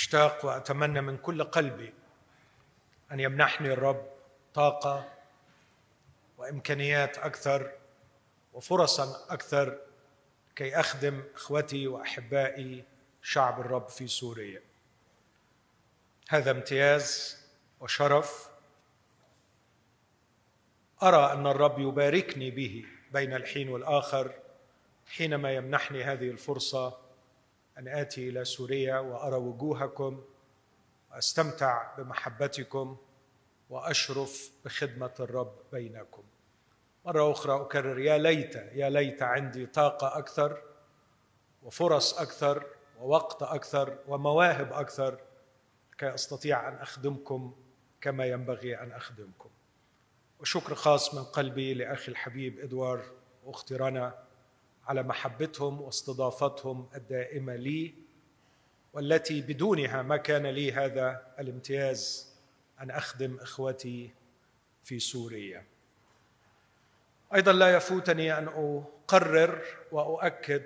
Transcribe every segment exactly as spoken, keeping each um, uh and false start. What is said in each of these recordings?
أشتاق وأتمنى من كل قلبي أن يمنحني الرب طاقة وإمكانيات أكثر وفرصا أكثر كي أخدم إخوتي وأحبائي شعب الرب في سوريا. هذا امتياز وشرف أرى أن الرب يباركني به بين الحين والآخر حينما يمنحني هذه الفرصة أن آتي إلى سوريا وأرى وجوهكم وأستمتع بمحبتكم وأشرف بخدمة الرب بينكم. مرة أخرى أكرر، يا ليت يا ليت عندي طاقة أكثر وفرص أكثر ووقت أكثر ومواهب أكثر كي أستطيع أن أخدمكم كما ينبغي أن أخدمكم. وشكر خاص من قلبي لأخي الحبيب إدوار وأختي رنا على محبتهم واستضافتهم الدائمة لي، والتي بدونها ما كان لي هذا الامتياز أن أخدم إخوتي في سوريا. أيضا لا يفوتني أن أقرر وأؤكد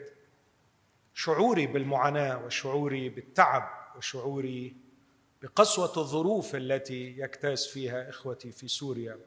شعوري بالمعاناة وشعوري بالتعب وشعوري بقسوة الظروف التي يجتاز فيها إخوتي في سوريا،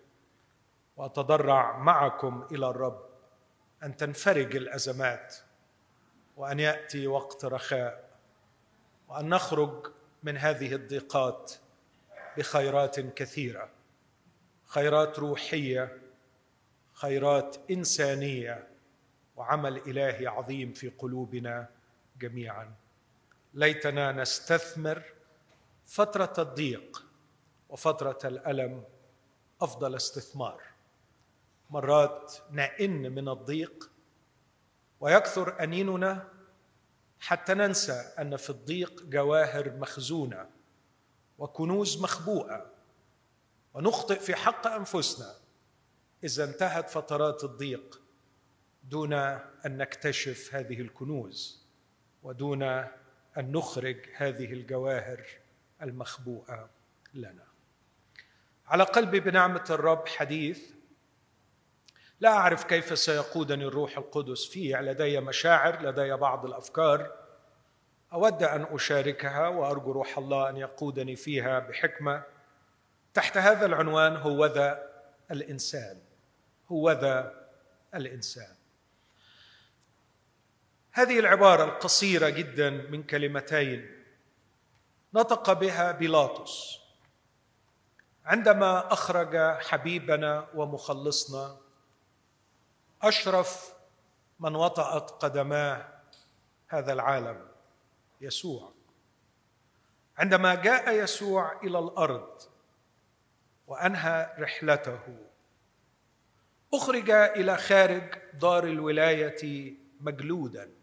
وأتضرع معكم إلى الرب أن تنفرج الأزمات وأن يأتي وقت رخاء وأن نخرج من هذه الضيقات بخيرات كثيرة، خيرات روحية، خيرات إنسانية، وعمل إلهي عظيم في قلوبنا جميعا. ليتنا نستثمر فترة الضيق وفترة الألم أفضل استثمار. مرات نئن من الضيق ويكثر أنيننا حتى ننسى أن في الضيق جواهر مخزونة وكنوز مخبوءة، ونخطئ في حق أنفسنا إذا انتهت فترات الضيق دون أن نكتشف هذه الكنوز ودون أن نخرج هذه الجواهر المخبوءة لنا. على قلبي بنعمة الرب حديث لا أعرف كيف سيقودني الروح القدس فيه. لدي مشاعر، لدي بعض الأفكار أود أن أشاركها، وأرجو روح الله أن يقودني فيها بحكمة تحت هذا العنوان: هوذا الإنسان. هوذا الإنسان. هذه العبارة القصيرة جدا من كلمتين نطق بها بيلاطس عندما أخرج حبيبنا ومخلصنا، أشرف من وطأت قدماه هذا العالم، يسوع. عندما جاء يسوع إلى الأرض وأنهى رحلته، أخرج إلى خارج دار الولاية مجلودا،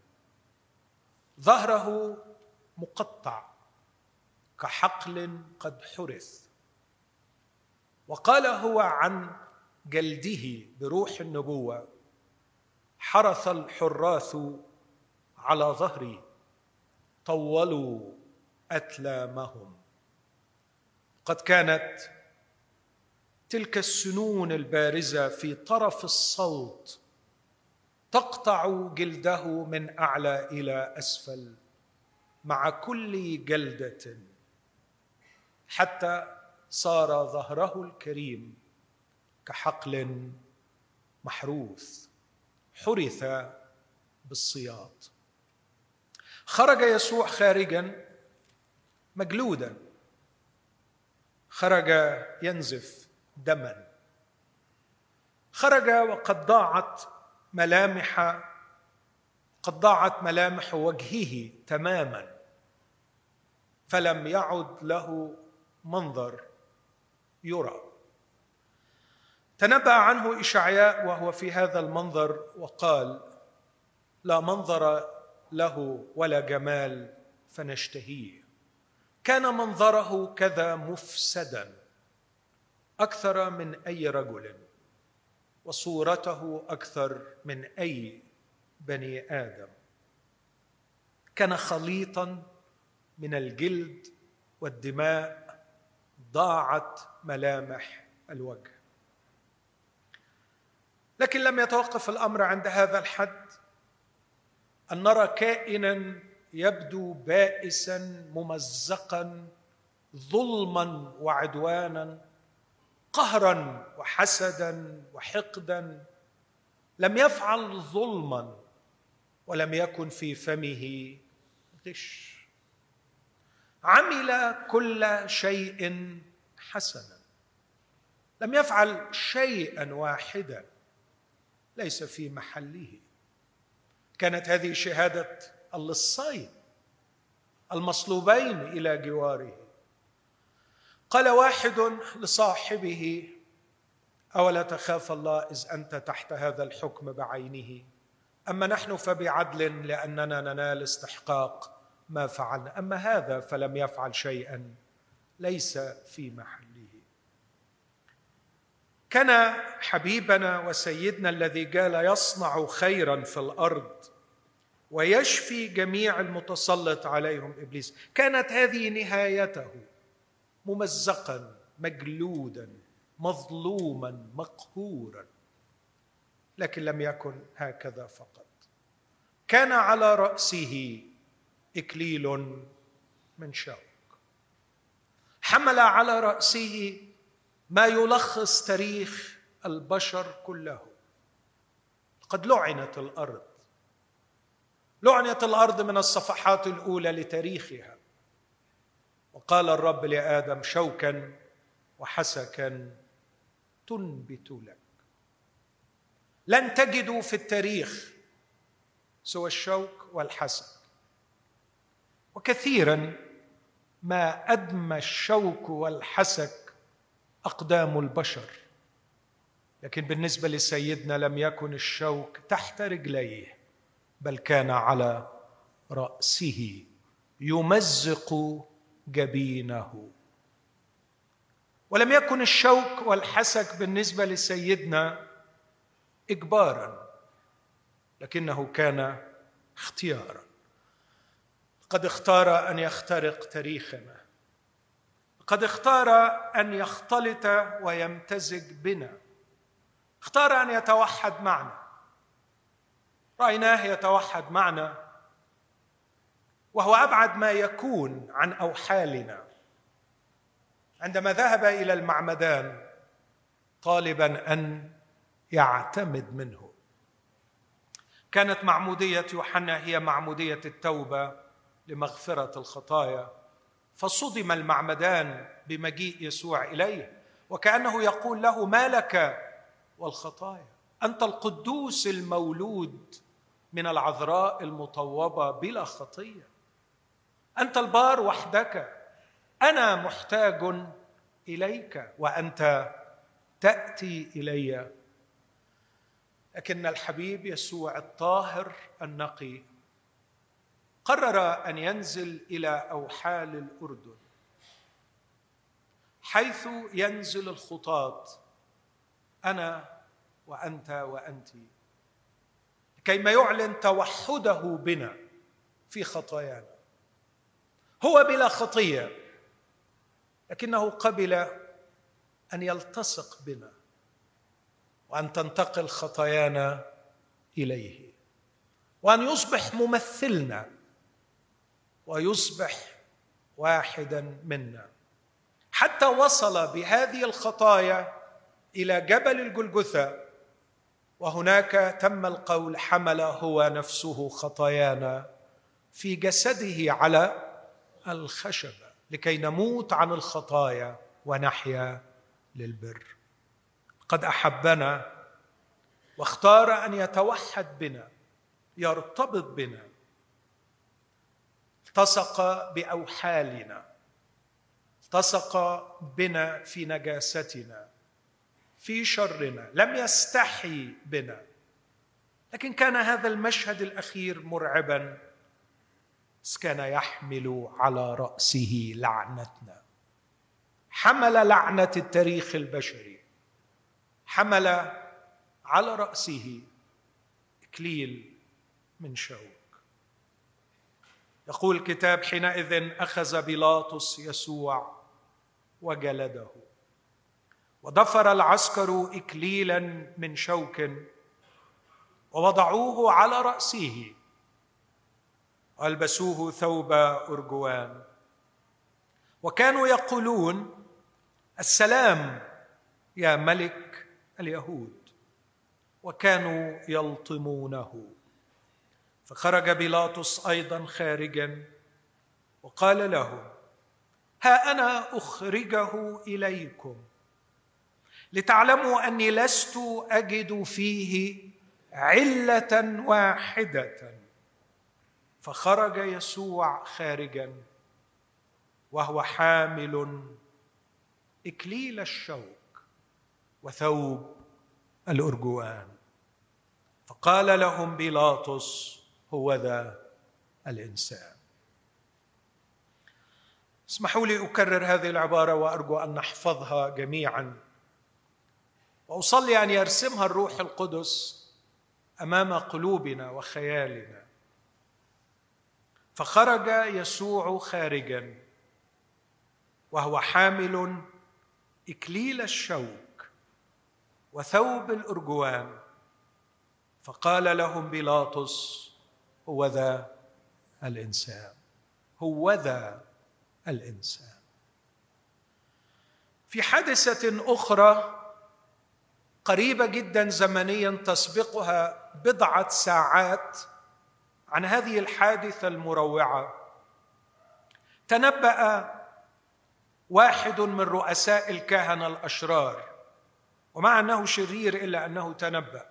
ظهره مقطع كحقل قد حرث، وقال هو عن جلده بروح النبوة: حرث الحراث على ظهري، طولوا أتلامهم. قد كانت تلك السنون البارزة في طرف الصوت تقطع جلده من أعلى إلى أسفل مع كل جلدة، حتى صار ظهره الكريم كحقل محروث حرث بالصياط. خرج يسوع خارجا مجلودا، خرج ينزف دما، خرج وقد ضاعت ملامح قد ضاعت ملامح وجهه تماما، فلم يعد له منظر يرى. تنبأ عنه إشعياء وهو في هذا المنظر وقال: لا منظر له ولا جمال فنشتهيه. كان منظره كذا مفسدا أكثر من أي رجل، وصورته أكثر من أي بني آدم. كان خليطا من الجلد والدماء، ضاعت ملامح الوجه. لكن لم يتوقف الأمر عند هذا الحد، أن نرى كائنا يبدو بائسا ممزقا ظلما وعدوانا قهرا وحسدا وحقدا، لم يفعل ظلما ولم يكن في فمه غش، عمل كل شيء حسنا، لم يفعل شيئا واحدا ليس في محله. كانت هذه شهادة اللصين المصلوبين إلى جواره. قال واحد لصاحبه: أولا تخاف الله إذ أنت تحت هذا الحكم بعينه؟ أما نحن فبعدل لأننا ننال استحقاق ما فعلنا، أما هذا فلم يفعل شيئا ليس في محله. كان حبيبنا وسيدنا الذي قال يصنع خيرا في الأرض ويشفي جميع المتسلط عليهم إبليس، كانت هذه نهايته، ممزقا مجلودا مظلوما مقهورا. لكن لم يكن هكذا فقط، كان على رأسه إكليل من شوك، حمل على رأسه ما يلخص تاريخ البشر كله. قد لعنت الأرض، لعنت الأرض من الصفحات الأولى لتاريخها. وقال الرب لآدم: شوكا وحسكا تنبت لك. لن تجدوا في التاريخ سوى الشوك والحسك، وكثيرا ما أدمى الشوك والحسك أقدام البشر، لكن بالنسبة لسيدنا لم يكن الشوك تحت رجليه، بل كان على رأسه يمزق جبينه. ولم يكن الشوك والحسك بالنسبة لسيدنا إجبارا، لكنه كان اختيارا. قد اختار أن يخترق تاريخنا، قد اختار أن يختلط ويمتزج بنا، اختار أن يتوحد معنا. رأيناه يتوحد معنا وهو أبعد ما يكون عن أوحالنا، عندما ذهب إلى المعمدان طالبا أن يعتمد منه. كانت معمودية يوحنا هي معمودية التوبة لمغفرة الخطايا، فصدم المعمدان بمجيء يسوع إليه، وكأنه يقول له: ما لك والخطايا؟ أنت القدوس المولود من العذراء المطوبة بلا خطية، أنت البار وحدك، أنا محتاج إليك وأنت تأتي إلي. لكن الحبيب يسوع الطاهر النقي قرر أن ينزل إلى أوحال الأردن، حيث ينزل الخطاة، أنا وأنت وأنت، كيما يعلن توحده بنا في خطايانا. هو بلا خطية، لكنه قبل أن يلتصق بنا وأن تنتقل خطايانا إليه، وأن يصبح ممثلنا ويصبح واحدا منا، حتى وصل بهذه الخطايا إلى جبل الجلجثة، وهناك تم القول: حمل هو نفسه خطايانا في جسده على الخشبة لكي نموت عن الخطايا ونحيا للبر. قد أحبنا واختار أن يتوحد بنا، يرتبط بنا، التصق بأوحالنا، التصق بنا في نجاستنا، في شرنا، لم يستحي بنا. لكن كان هذا المشهد الأخير مرعبا، كان يحمل على رأسه لعنتنا، حمل لعنة التاريخ البشري، حمل على رأسه إكليل من شوك. يقول الكتاب: حينئذ أخذ بيلاطس يسوع وجلده، وضفر العسكر إكليلا من شوك ووضعوه على رأسه، والبسوه ثوب أرجوان، وكانوا يقولون: السلام يا ملك اليهود، وكانوا يلطمونه. فخرج بيلاطس أيضا خارجا وقال له: ها أنا أخرجه إليكم لتعلموا أني لست أجد فيه علة واحدة. فخرج يسوع خارجا وهو حامل إكليل الشوك وثوب الأرجوان، فقال لهم بيلاطس: هوذا الإنسان. اسمحوا لي أكرر هذه العبارة وأرجو أن نحفظها جميعا، وأصلي أن يرسمها الروح القدس أمام قلوبنا وخيالنا. فخرج يسوع خارجا وهو حامل إكليل الشوك وثوب الأرجوان، فقال لهم بيلاطس: هوذا الإنسان، هوذا الإنسان. في حادثة أخرى قريبة جدا زمنيا تسبقها بضعة ساعات عن هذه الحادثة المروعة، تنبأ واحد من رؤساء الكهنة الأشرار، ومع أنه شرير إلا أنه تنبأ،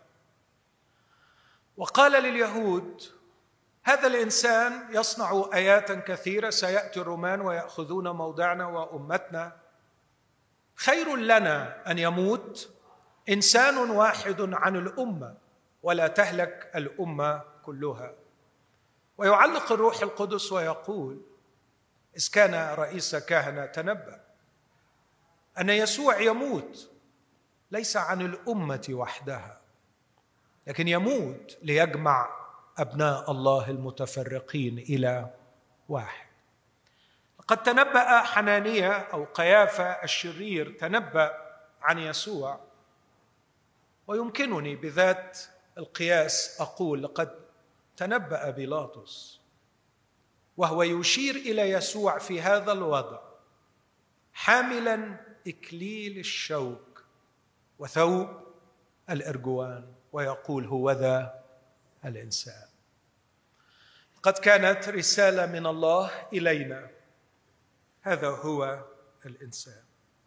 وقال لليهود: هذا الإنسان يصنع آيات كثيرة، سيأتي الرومان ويأخذون موضعنا وأمتنا، خير لنا أن يموت إنسان واحد عن الأمة ولا تهلك الأمة كلها. ويعلق الروح القدس ويقول: إذ كان رئيس كهنة تنبأ أن يسوع يموت ليس عن الأمة وحدها، لكن يموت ليجمع أبناء الله المتفرقين إلى واحد. قد تنبأ حنانية أو قيافة الشرير تنبأ عن يسوع، ويمكنني بذات القياس أقول لقد تنبأ بيلاطس، وهو يشير إلى يسوع في هذا الوضع حاملا إكليل الشوك وثوب الأرجوان، ويقول: هوذا الإنسان. قد كانت رسالة من الله إلينا: هذا هو الإنسان.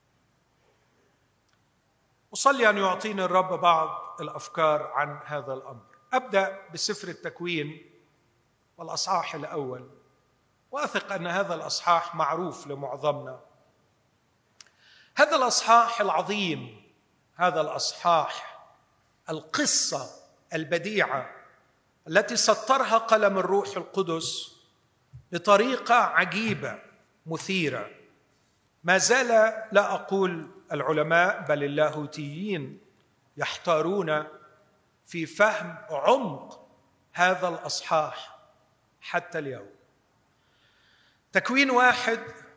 أصلي أن يعطيني الرب بعض الأفكار عن هذا الأمر. أبدأ بسفر التكوين والأصحاح الأول، وأثق أن هذا الأصحاح معروف لمعظمنا. هذا الأصحاح العظيم، هذا الأصحاح القصة البديعة التي سطرها قلم الروح القدس بطريقة عجيبة مثيرة. ما زال لا أقول العلماء بل اللاهوتيين يحتارون في فهم عمق هذا الأصحاح حتى اليوم. تكوين واحد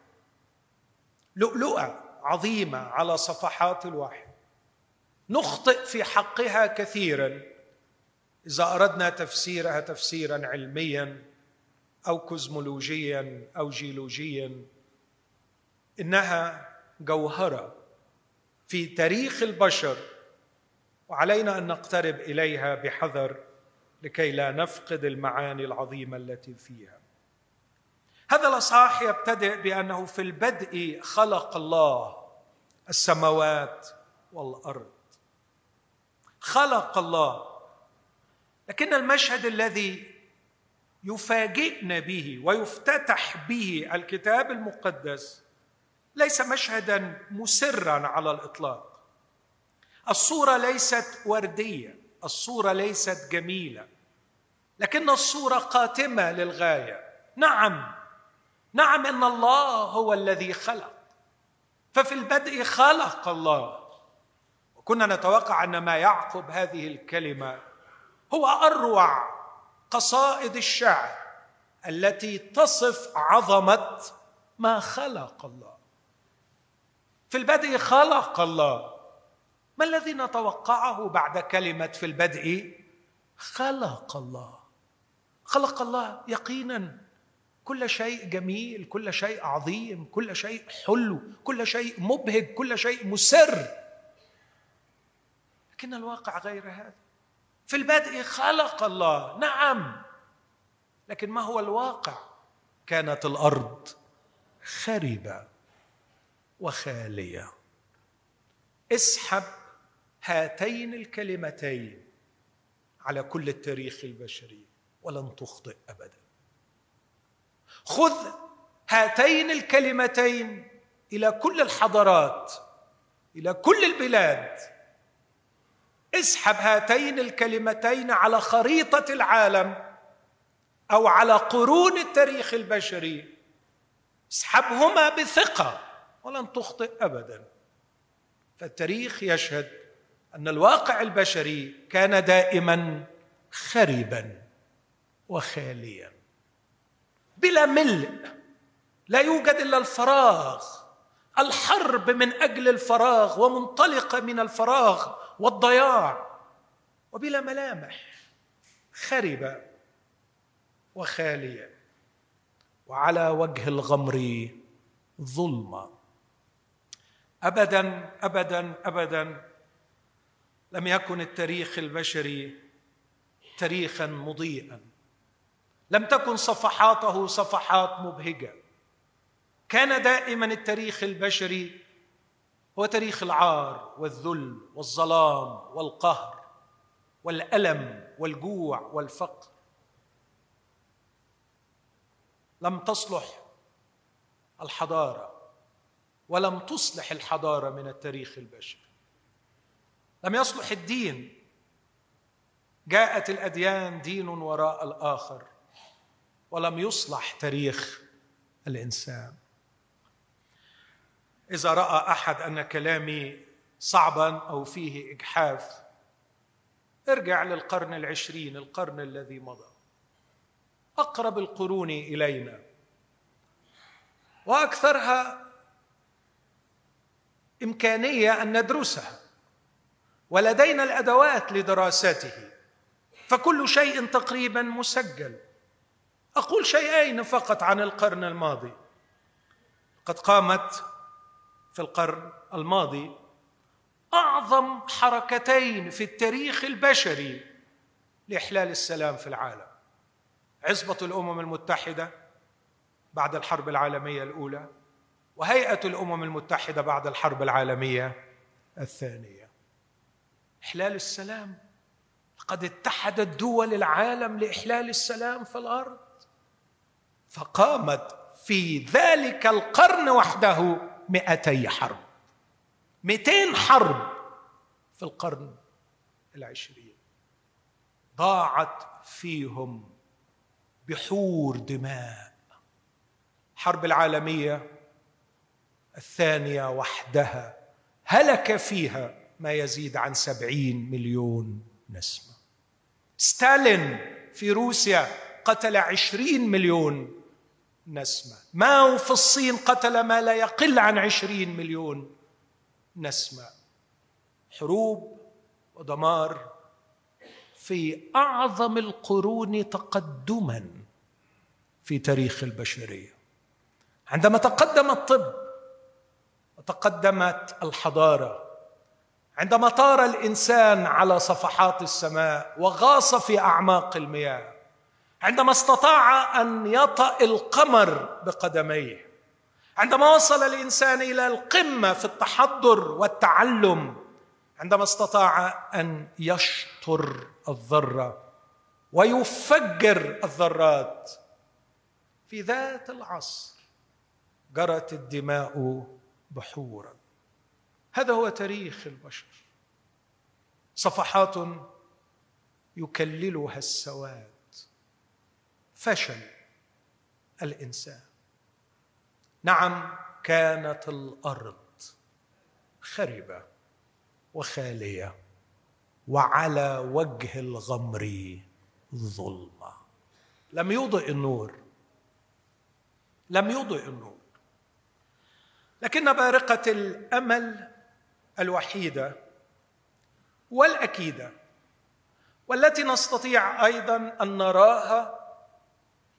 لؤلؤة عظيمة على صفحات الوحي، نخطئ في حقها كثيرا إذا أردنا تفسيرها تفسيرا علميا أو كوزمولوجيا أو جيولوجيا. إنها جوهرة في تاريخ البشر، وعلينا أن نقترب إليها بحذر لكي لا نفقد المعاني العظيمة التي فيها. هذا الأصحاح يبتدئ بأنه في البدء خلق الله السماوات والأرض. خلق الله، لكن المشهد الذي يفاجئنا به ويفتتح به الكتاب المقدس ليس مشهدا مسرا على الإطلاق. الصورة ليست وردية، الصورة ليست جميلة، لكن الصورة قاتمة للغاية. نعم نعم إن الله هو الذي خلق، ففي البدء خلق الله. وكنا نتوقع أن ما يعقب هذه الكلمة هو أروع قصائد الشعر التي تصف عظمة ما خلق الله. في البدء خلق الله. ما الذي نتوقعه بعد كلمة في البدء خلق الله؟ خلق الله يقينا كل شيء جميل، كل شيء عظيم، كل شيء حلو، كل شيء مبهج، كل شيء مسر، لكن الواقع غير هذا. في البدء خلق الله، نعم، لكن ما هو الواقع؟ كانت الأرض خربة وخالية. اسحب هاتين الكلمتين على كل التاريخ البشري ولن تخطئ أبدا. خذ هاتين الكلمتين إلى كل الحضارات، إلى كل البلاد. اسحب هاتين الكلمتين على خريطة العالم أو على قرون التاريخ البشري، اسحبهما بثقة ولن تخطئ أبدا. فالتاريخ يشهد أن الواقع البشري كان دائما خربا وخاليا بلا ملء، لا يوجد إلا الفراغ، الحرب من أجل الفراغ ومنطلقة من الفراغ والضياع، وبلا ملامح، خربة وخالية، وعلى وجه الغمر ظلمة. أبدا أبدا أبدا لم يكن التاريخ البشري تاريخا مضيئا، لم تكن صفحاته صفحات مبهجة. كان دائما التاريخ البشري هو تاريخ العار والذل والظلام والقهر والألم والجوع والفقر. لم تصلح الحضارة ولم تصلح الحضارة من التاريخ البشري. لم يصلح الدين، جاءت الأديان دين وراء الآخر، ولم يصلح تاريخ الإنسان. إذا رأى أحد أن كلامي صعبا أو فيه إجحاف، ارجع للقرن العشرين، القرن الذي مضى، أقرب القرون إلينا وأكثرها إمكانية أن ندرسها، ولدينا الأدوات لدراسته، فكل شيء تقريبا مسجل. أقول شيئين فقط عن القرن الماضي. قد قامت في القرن الماضي أعظم حركتين في التاريخ البشري لإحلال السلام في العالم: عصبة الأمم المتحدة بعد الحرب العالمية الأولى، وهيئة الأمم المتحدة بعد الحرب العالمية الثانية. إحلال السلام، قد اتحدت دول العالم لإحلال السلام في الأرض، فقامت في ذلك القرن وحده مئتي حرب، مئتين حرب في القرن العشرين، ضاعت فيهم بحور دماء. الحرب العالمية الثانية وحدها هلك فيها ما يزيد عن سبعين مليون نسمة. ستالين في روسيا قتل عشرين مليون نسمة. ماو في الصين قتل ما لا يقل عن عشرين مليون نسمة. حروب ودمار في أعظم القرون تقدما في تاريخ البشرية. عندما تقدم الطب وتقدمت الحضارة، عندما طار الإنسان على صفحات السماء وغاص في أعماق المياه، عندما استطاع أن يطأ القمر بقدميه، عندما وصل الإنسان إلى القمة في التحضر والتعلم، عندما استطاع أن يشطر الذرة ويفجر الذرات، في ذات العصر جرت الدماء بحورا. هذا هو تاريخ البشر، صفحات يكللها السواد، فشل الإنسان. نعم، كانت الأرض خربة وخالية وعلى وجه الغمر ظلمة. لم يضئ النور، لم يضئ النور. لكن بارقة الأمل الوحيدة والأكيدة والتي نستطيع أيضا أن نراها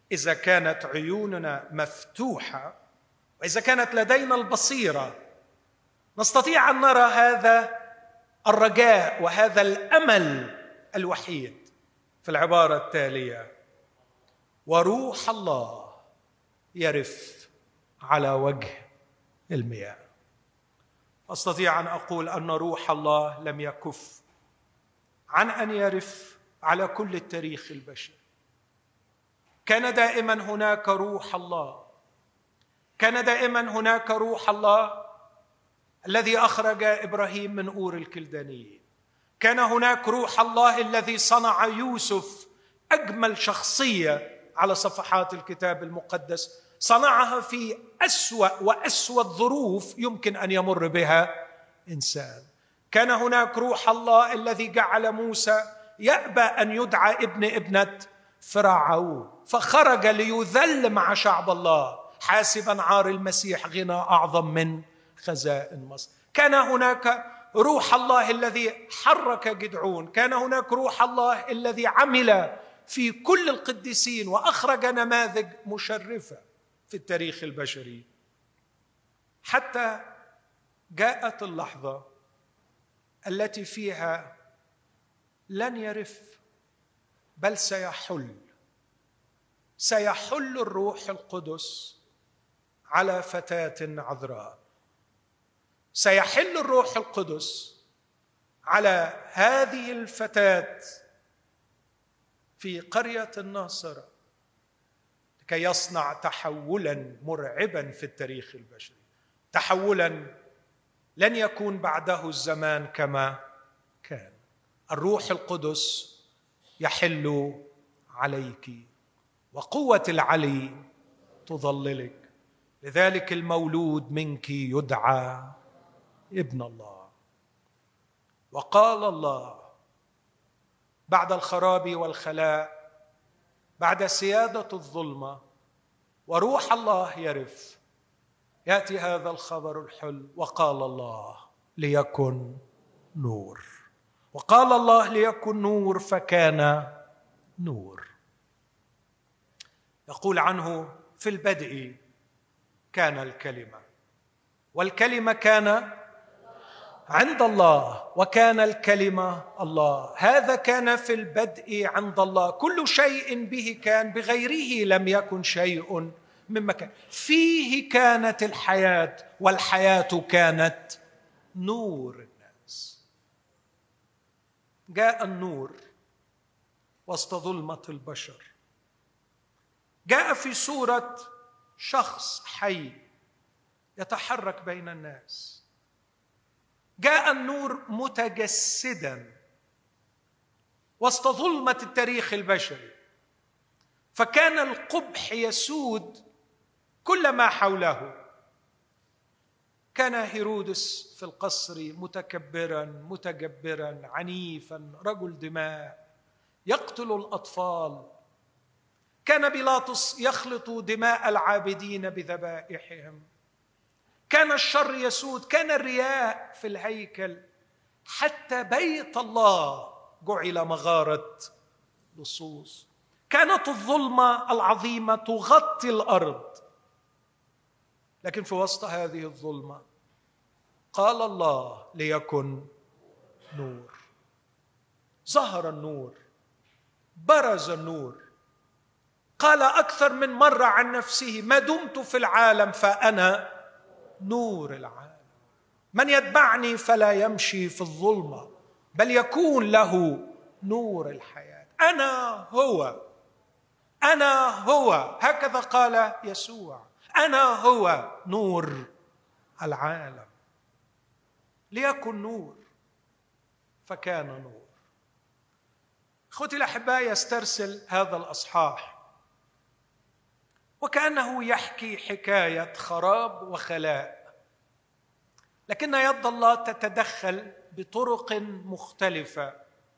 إذا كانت عيوننا مفتوحة وإذا كانت لدينا البصيرة نستطيع أن نرى هذا الرجاء وهذا الأمل الوحيد في العبارة التالية: وروح الله يرف على وجه المياه. أستطيع أن أقول أن روح الله لم يكف عن أن يرف على كل التاريخ البشري. كان دائما هناك روح الله، كان دائما هناك روح الله الذي أخرج إبراهيم من أور الكلدانيين، كان هناك روح الله الذي صنع يوسف أجمل شخصية على صفحات الكتاب المقدس، صنعها في أسوأ وأسود ظروف يمكن أن يمر بها إنسان. كان هناك روح الله الذي جعل موسى يأبى أن يدعى ابن ابنة فرعون، فخرج ليذل مع شعب الله حاسبا عار المسيح غنى أعظم من خزائن مصر. كان هناك روح الله الذي حرك جدعون، كان هناك روح الله الذي عمل في كل القديسين وأخرج نماذج مشرفة في التاريخ البشري، حتى جاءت اللحظة التي فيها لن يرف بل سيحل سيحل الروح القدس على فتاة عذراء. سيحل الروح القدس على هذه الفتاة في قرية الناصرة لكي يصنع تحولا مرعبا في التاريخ البشري، تحولا لن يكون بعده الزمان كما كان. الروح القدس يحل عليك وقوة العلي تظللك، لذلك المولود منك يدعى ابن الله. وقال الله بعد الخراب والخلاء، بعد سيادة الظلمة وروح الله يرف، يأتي هذا الخبر الحلو: وقال الله ليكن نور. وقال الله ليكن نور فكان نور. يقول عنه: في البدء كان الكلمة، والكلمة كان عند الله، وكان الكلمة الله. هذا كان في البدء عند الله، كل شيء به كان، بغيره لم يكن شيء مما كان. فيه كانت الحياة، والحياة كانت نور الناس. جاء النور وسط ظلمة البشر، جاء في صورة شخص حي يتحرك بين الناس. جاء النور متجسدا وسط ظلمة التاريخ البشري، فكان القبح يسود كل ما حوله. كان هيرودس في القصر متكبرا متجبرا عنيفا، رجل دماء يقتل الأطفال. كان بيلاطس يخلط دماء العابدين بذبائحهم. كان الشر يسود، كان الرياء في الهيكل، حتى بيت الله جعل مغارة لصوص. كانت الظلمة العظيمة تغطي الأرض، لكن في وسط هذه الظلمة قال الله ليكن نور. ظهر النور، برز النور. قال أكثر من مرة عن نفسه: ما دمت في العالم فأنا نور العالم، من يتبعني فلا يمشي في الظلمة بل يكون له نور الحياة. أنا هو، أنا هو، هكذا قال يسوع، أنا هو نور العالم. ليكن نور فكان نور. أخوتي الأحباء، يسترسل هذا الأصحاح وكأنه يحكي حكاية خراب وخلاء، لكن يد الله تتدخل بطرق مختلفة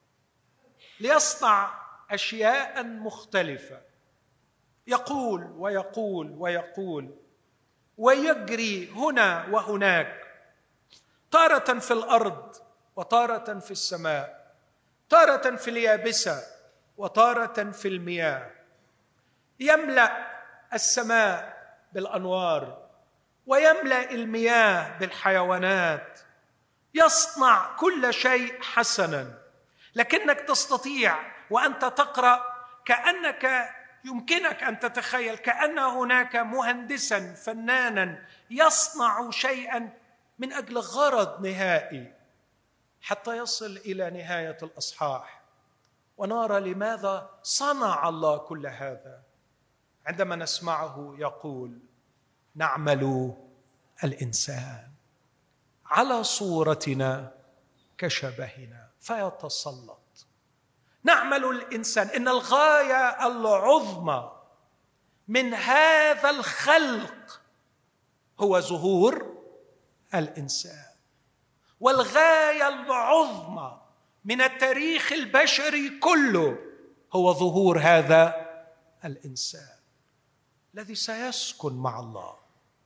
ليصنع أشياء مختلفة. يقول ويقول ويقول ويجري هنا وهناك، تارة في الأرض وتارة في السماء، تارة في اليابسة وتارة في المياه. يملأ السماء بالأنوار ويملأ المياه بالحيوانات، يصنع كل شيء حسنا. لكنك تستطيع وأنت تقرأ كأنك يمكنك أن تتخيل كأن هناك مهندسا فنانا يصنع شيئا من أجل غرض نهائي حتى يصل إلى نهاية الأصحاح، ونرى لماذا صنع الله كل هذا عندما نسمعه يقول: نعمل الإنسان على صورتنا كشبهنا فيتسلط. نعمل الإنسان، إن الغاية العظمى من هذا الخلق هو ظهور الإنسان، والغاية العظمى من التاريخ البشري كله هو ظهور هذا الإنسان الذي سيسكن مع الله.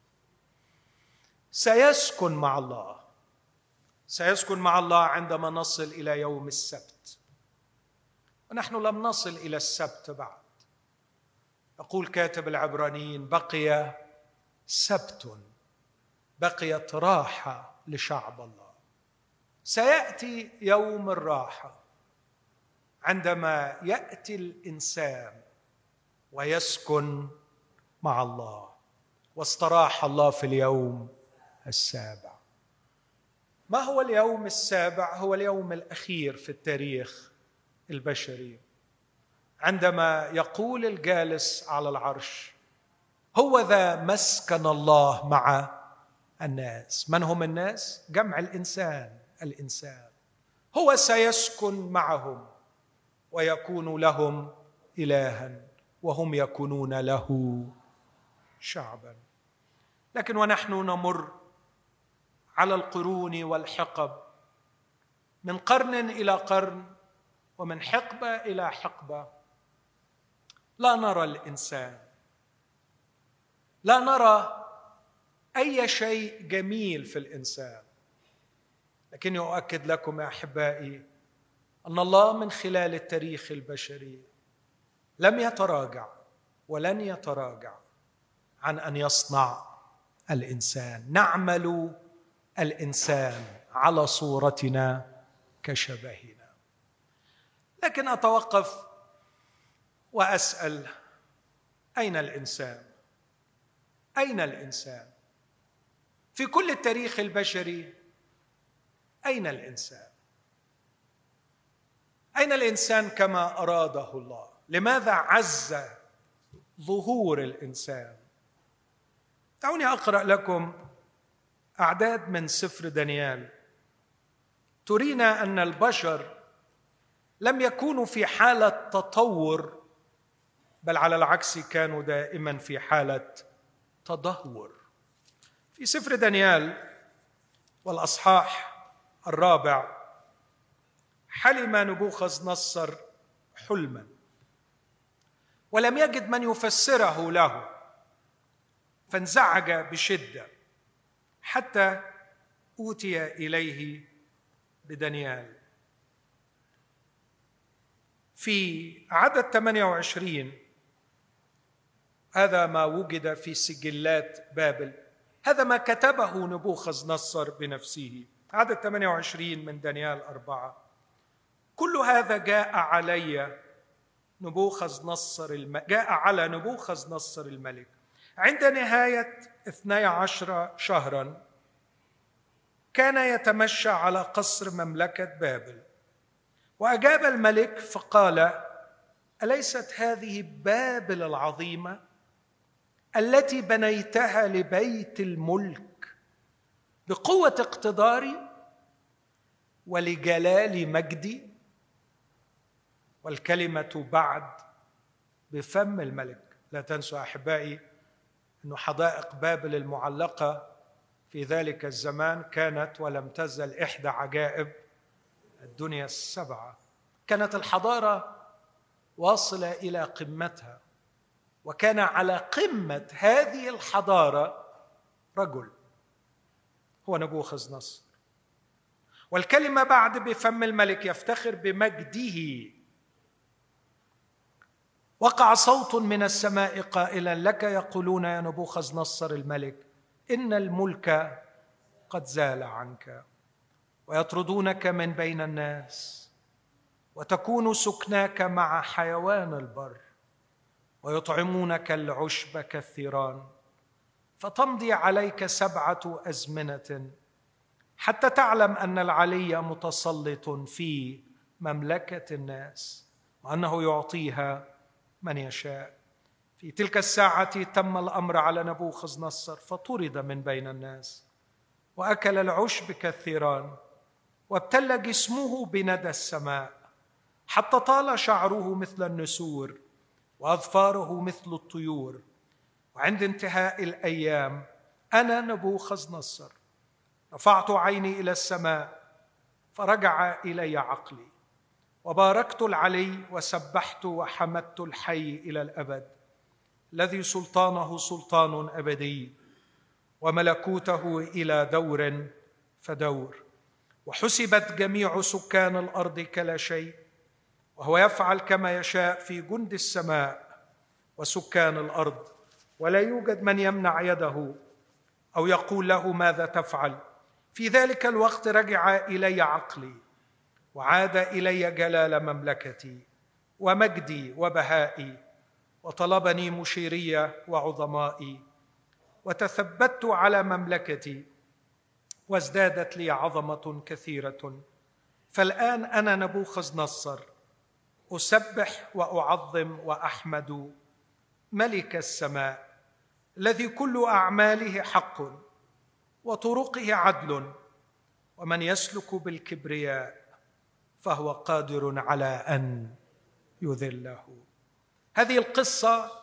سيسكن مع الله سيسكن مع الله عندما نصل إلى يوم السبت، ونحن لم نصل إلى السبت بعد. يقول كاتب العبرانيين: بقي سبت، بقيت راحة لشعب الله. سيأتي يوم الراحة عندما يأتي الإنسان ويسكن مع الله. واستراح الله في اليوم السابع. ما هو اليوم السابع؟ هو اليوم الأخير في التاريخ البشري، عندما يقول الجالس على العرش: هو ذا مسكن الله مع الناس. من هم الناس؟ جمع الإنسان. الإنسان هو سيسكن معهم ويكون لهم إلها وهم يكونون له شعبا. لكن ونحن نمر على القرون والحقب، من قرن إلى قرن ومن حقبة إلى حقبة، لا نرى الإنسان، لا نرى أي شيء جميل في الإنسان. لكني أؤكد لكم يا أحبائي أن الله من خلال التاريخ البشري لم يتراجع ولن يتراجع عن أن يصنع الإنسان. نعمل الإنسان على صورتنا كشبهنا. لكن أتوقف وأسأل: أين الإنسان؟ أين الإنسان؟ في كل التاريخ البشري أين الإنسان؟ أين الإنسان كما أراده الله؟ لماذا عز ظهور الإنسان؟ دعوني أقرأ لكم أعداد من سفر دانيال ترينا أن البشر لم يكونوا في حالة تطور، بل على العكس كانوا دائما في حالة تدهور. في سفر دانيال والأصحاح الرابع: حلم نبوخذ نصر حلما ولم يجد من يفسره له، فانزعج بشدة حتى أوتي إليه بدانيال. في عدد ثمانية وعشرين هذا ما وجد في سجلات بابل، هذا ما كتبه نبوخذ نصر بنفسه. عدد ثمانية وعشرين من دانيال أربعة: كل هذا جاء علي نبوخذ نصر الم... جاء على نبوخذ نصر الملك عند نهاية اثني عشر شهرا، كان يتمشى على قصر مملكة بابل. وأجاب الملك فقال: أليست هذه بابل العظيمة التي بنيتها لبيت الملك بقوة اقتداري ولجلال مجدي؟ والكلمة بعد بفم الملك. لا تنسوا أحبائي أن حدائق بابل المعلقة في ذلك الزمان كانت ولم تزل إحدى عجائب الدنيا السبعة. كانت الحضارة واصلة إلى قمتها، وكان على قمة هذه الحضارة رجل هو نبوخذ نصر. والكلمة بعد بفم الملك يفتخر بمجده وقع صوت من السماء قائلا: لك يقولون يا نبوخذ نصر الملك إن الملك قد زال عنك، ويطردونك من بين الناس، وتكون سكناك مع حيوان البر، ويطعمونك العشب كالثيران، فتمضي عليك سبعة أزمنة حتى تعلم أن العلي متسلط في مملكة الناس، وأنه يعطيها من يشاء. في تلك الساعة تم الأمر على نبوخذ نصر، فطرد من بين الناس، وأكل العشب كالثيران، وابتل جسمه بندى السماء، حتى طال شعره مثل النسور، وأظفاره مثل الطيور. وعند انتهاء الأيام أنا نبوخذ نصر رفعت عيني إلى السماء، فرجع إلي عقلي، وباركت العلي وسبحت وحمدت الحي إلى الأبد، الذي سلطانه سلطان أبدي، وملكوته إلى دور فدور. وحسبت جميع سكان الأرض كلا شيء، وهو يفعل كما يشاء في جند السماء وسكان الأرض، ولا يوجد من يمنع يده أو يقول له ماذا تفعل. في ذلك الوقت رجع إلي عقلي، وعاد إلي جلال مملكتي ومجدي وبهائي، وطلبني مشيري وعظمائي، وتثبت على مملكتي، وازدادت لي عظمة كثيرة. فالآن أنا نبوخذ نصر أسبح وأعظم وأحمد ملك السماء، الذي كل أعماله حق وطرقه عدل، ومن يسلك بالكبرياء فهو قادر على أن يذله. هذه القصة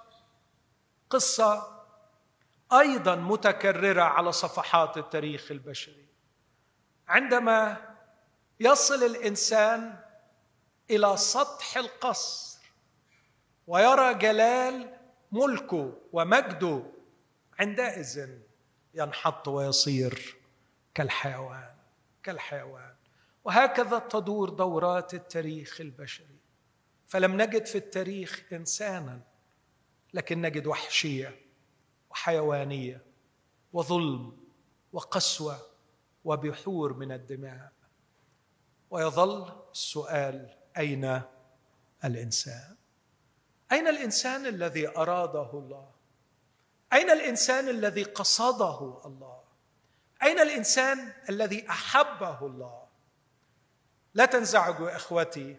قصة أيضا متكررة على صفحات التاريخ البشري. عندما يصل الإنسان إلى سطح القصر ويرى جلال ملكه ومجده، عندئذ ينحط ويصير كالحيوان كالحيوان. وهكذا تدور دورات التاريخ البشري. فلم نجد في التاريخ إنسانا، لكن نجد وحشية وحيوانية وظلم وقسوة وبحور من الدماء. ويظل السؤال: أين الإنسان؟ أين الإنسان الذي أراده الله؟ أين الإنسان الذي قصده الله؟ أين الإنسان الذي أحبه الله؟ لا تنزعجوا يا إخوتي،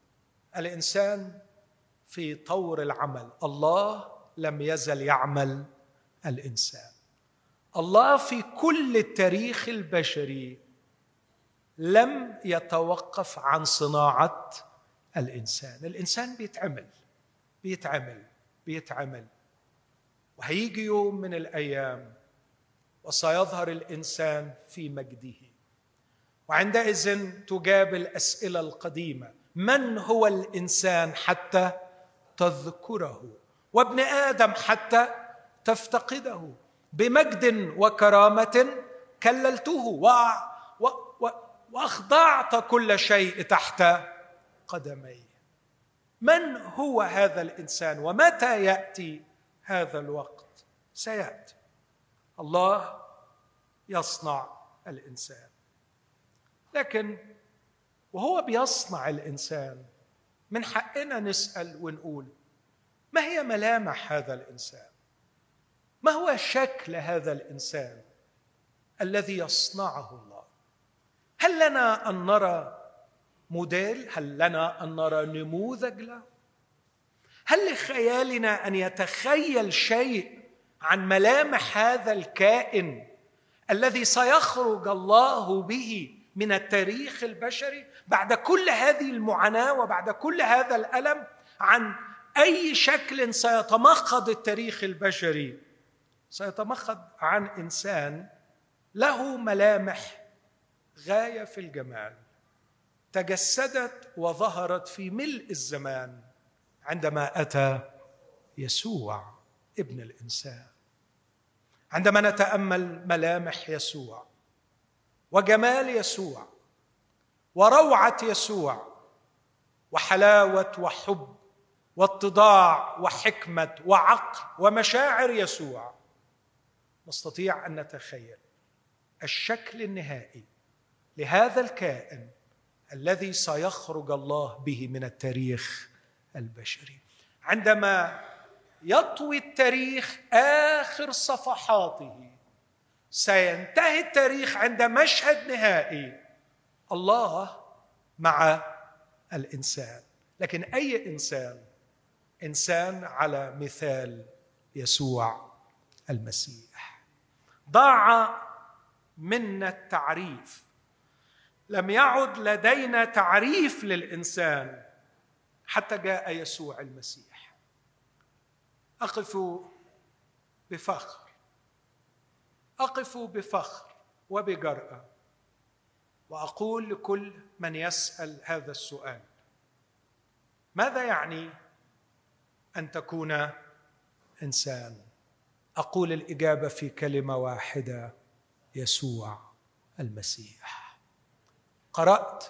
الإنسان في طور العمل. الله لم يزل يعمل الإنسان. الله في كل التاريخ البشري لم يتوقف عن صناعة الإنسان. الإنسان بيتعمل بيتعمل بيتعمل وهيجي يوم من الأيام وسيظهر الإنسان في مجده، وعندئذ تجاب الأسئلة القديمة: من هو الإنسان حتى تذكره، وابن آدم حتى تفتقده؟ بمجد وكرامة كللته و... و... و... وأخضعت كل شيء تحت قدميه. من هو هذا الإنسان ومتى يأتي هذا الوقت؟ سيأتي. الله يصنع الإنسان، لكن وهو بيصنع الإنسان من حقنا نسأل ونقول: ما هي ملامح هذا الإنسان؟ ما هو شكل هذا الإنسان الذي يصنعه الله؟ هل لنا أن نرى موديل؟ هل لنا أن نرى نموذج له؟ هل لخيالنا أن يتخيل شيء عن ملامح هذا الكائن الذي سيخرج الله به من التاريخ البشري بعد كل هذه المعاناة وبعد كل هذا الألم؟ عن أي شكل سيتمخض التاريخ البشري؟ سيتمخض عن إنسان له ملامح غاية في الجمال، تجسدت وظهرت في ملء الزمان عندما أتى يسوع ابن الإنسان. عندما نتأمل ملامح يسوع وجمال يسوع وروعة يسوع وحلاوة وحب واتضاع وحكمة وعقل ومشاعر يسوع، نستطيع أن نتخيل الشكل النهائي لهذا الكائن الذي سيخرج الله به من التاريخ البشري. عندما يطوي التاريخ آخر صفحاته، سينتهي التاريخ عند مشهد نهائي، الله مع الإنسان. لكن أي إنسان؟ إنسان على مثال يسوع المسيح. ضاع منا التعريف، لم يعد لدينا تعريف للإنسان حتى جاء يسوع المسيح. أقف بفخر أقف بفخر وبجرأة وأقول لكل من يسأل هذا السؤال: ماذا يعني أن تكون إنسان؟ أقول الإجابة في كلمة واحدة: يسوع المسيح. قرأت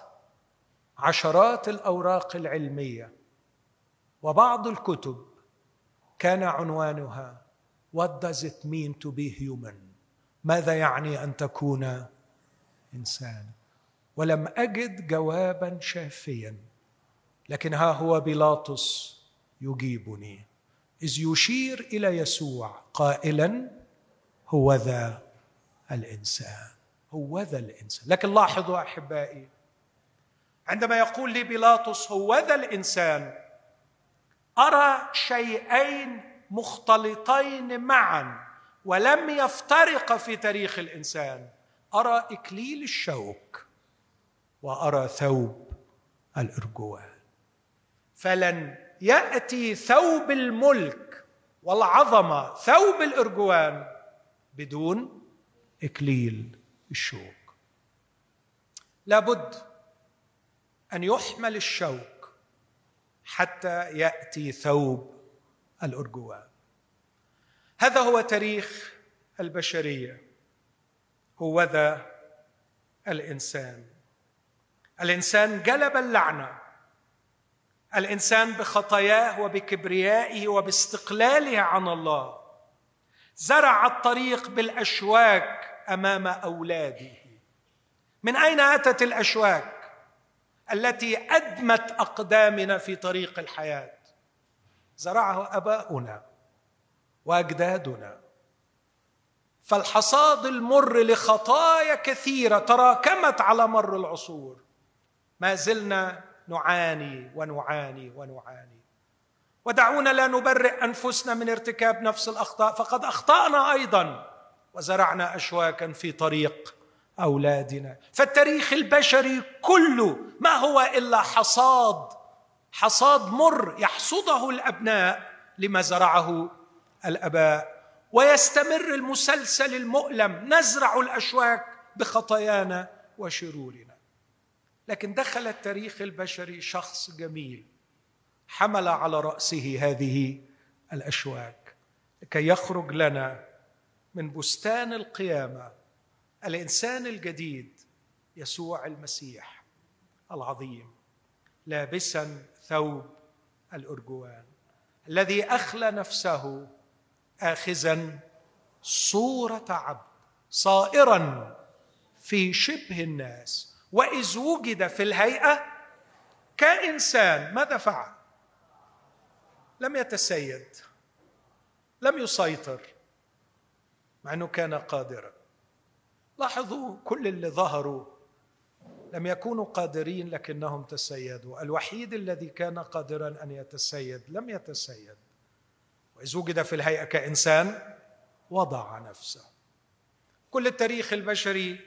عشرات الأوراق العلمية وبعض الكتب كان عنوانها What does it mean to be human؟ ماذا يعني أن تكون إنسان؟ ولم أجد جوابا شافيا، لكن ها هو بيلاطس يجيبني إذ يشير إلى يسوع قائلا: هو ذا الإنسان، هو ذا الإنسان. لكن لاحظوا أحبائي، عندما يقول لي بيلاطس هو ذا الإنسان، أرى شيئين مختلطين معا ولم يفترقا في تاريخ الإنسان: أرى إكليل الشوك وأرى ثوب الأرجوان. فلن يأتي ثوب الملك والعظمة، ثوب الأرجوان، بدون إكليل الشوك. لابد أن يحمل الشوك حتى يأتي ثوب الأرجوان. هذا هو تاريخ البشرية. هو ذا الإنسان. الإنسان جلب اللعنة. الإنسان بخطاياه وبكبريائه وباستقلاله عن الله زرع الطريق بالأشواك أمام أولاده. من أين أتت الأشواك التي أدمت أقدامنا في طريق الحياة؟ زرعها أباؤنا وأجدادنا. فالحصاد المر لخطايا كثيرة تراكمت على مر العصور، ما زلنا نعاني ونعاني ونعاني. ودعونا لا نبرئ أنفسنا من ارتكاب نفس الأخطاء، فقد أخطأنا أيضا وزرعنا أشواكا في طريق أولادنا. فالتاريخ البشري كله ما هو إلا حصاد حصاد مر يحصده الأبناء لما زرعه الآباء. ويستمر المسلسل المؤلم، نزرع الأشواك بخطايانا وشرورنا. لكن دخل التاريخ البشري شخص جميل حمل على رأسه هذه الأشواك لكي يخرج لنا من بستان القيامة الإنسان الجديد، يسوع المسيح العظيم، لابسا ثوب الأرجوان، الذي أخلى نفسه آخذا صورة عبد صائرا في شبه الناس، وإذ وجد في الهيئة كإنسان. ماذا فعل؟ لم يتسيد، لم يسيطر، مع أنه كان قادرا. لاحظوا كل اللي ظهروا لم يكونوا قادرين لكنهم تسيدوا. الوحيد الذي كان قادرا أن يتسيد لم يتسيد، وإذ وجد في الهيئة كإنسان وضع نفسه. كل التاريخ البشري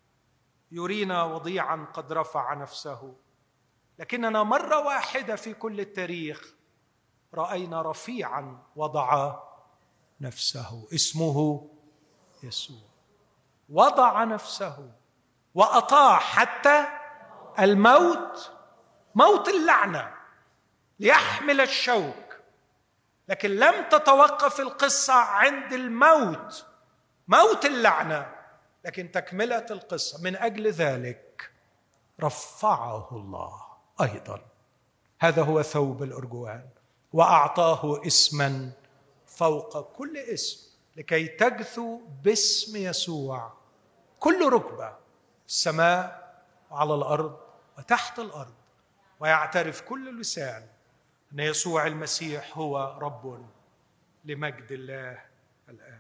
يرينا وضيعا قد رفع نفسه، لكننا مرة واحدة في كل التاريخ رأينا رفيعا وضع نفسه، اسمه يسوع. وضع نفسه وأطاع حتى الموت، موت اللعنة، ليحمل الشوك. لكن لم تتوقف القصة عند الموت، موت اللعنة، لكن تكملة القصة من أجل ذلك رفعه الله أيضا. هذا هو ثوب الأرجوان. وأعطاه اسما فوق كل اسم، لكي تجثو باسم يسوع كل ركبة في السماء وعلى الأرض وتحت الأرض، ويعترف كل لسان أن يسوع المسيح هو رب لمجد الله الآب.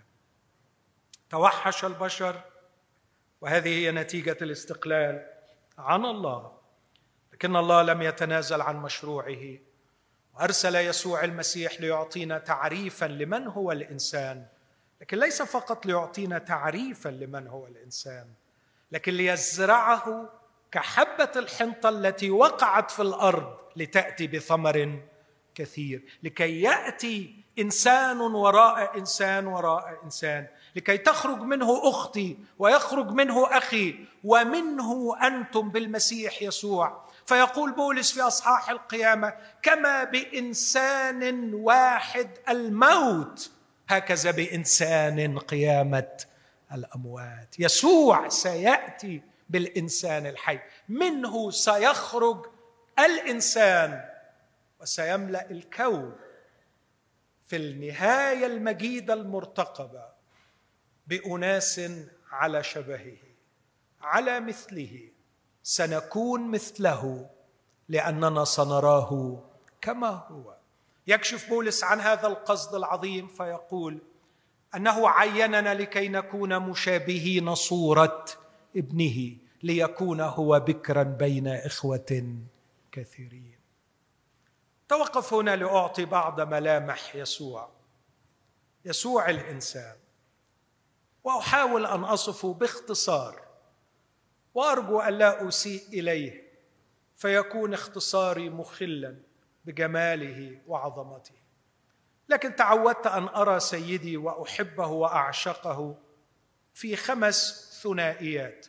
توحش البشر، وهذه هي نتيجة الاستقلال عن الله، لكن الله لم يتنازل عن مشروعه، وأرسل يسوع المسيح ليعطينا تعريفاً لمن هو الإنسان، لكن ليس فقط ليعطينا تعريفاً لمن هو الإنسان، لكن ليزرعه كحبة الحنطة التي وقعت في الأرض لتأتي بثمر كثير، لكي يأتي إنسان وراء إنسان وراء إنسان، لكي تخرج منه أختي ويخرج منه أخي ومنه أنتم بالمسيح يسوع. فيقول بولس في أصحاح القيامة: كما بإنسان واحد الموت، هكذا بإنسان قيامة الأموات. يسوع سيأتي بالإنسان الحي، منه سيخرج الإنسان وسيملأ الكون في النهاية المجيدة المرتقبة بأناس على شبهه، على مثله، سنكون مثله لأننا سنراه كما هو. يكشف بولس عن هذا القصد العظيم فيقول أنه عيننا لكي نكون مشابهين صورة ابنه، ليكون هو بكرا بين إخوة كثيرين. توقف هنا لأعطي بعض ملامح يسوع، يسوع الإنسان، وأحاول أن أصفه باختصار، وأرجو أن لا أسيء إليه فيكون اختصاري مخلا بجماله وعظمته. لكن تعودت أن أرى سيدي وأحبه وأعشقه في خمس ثنائيات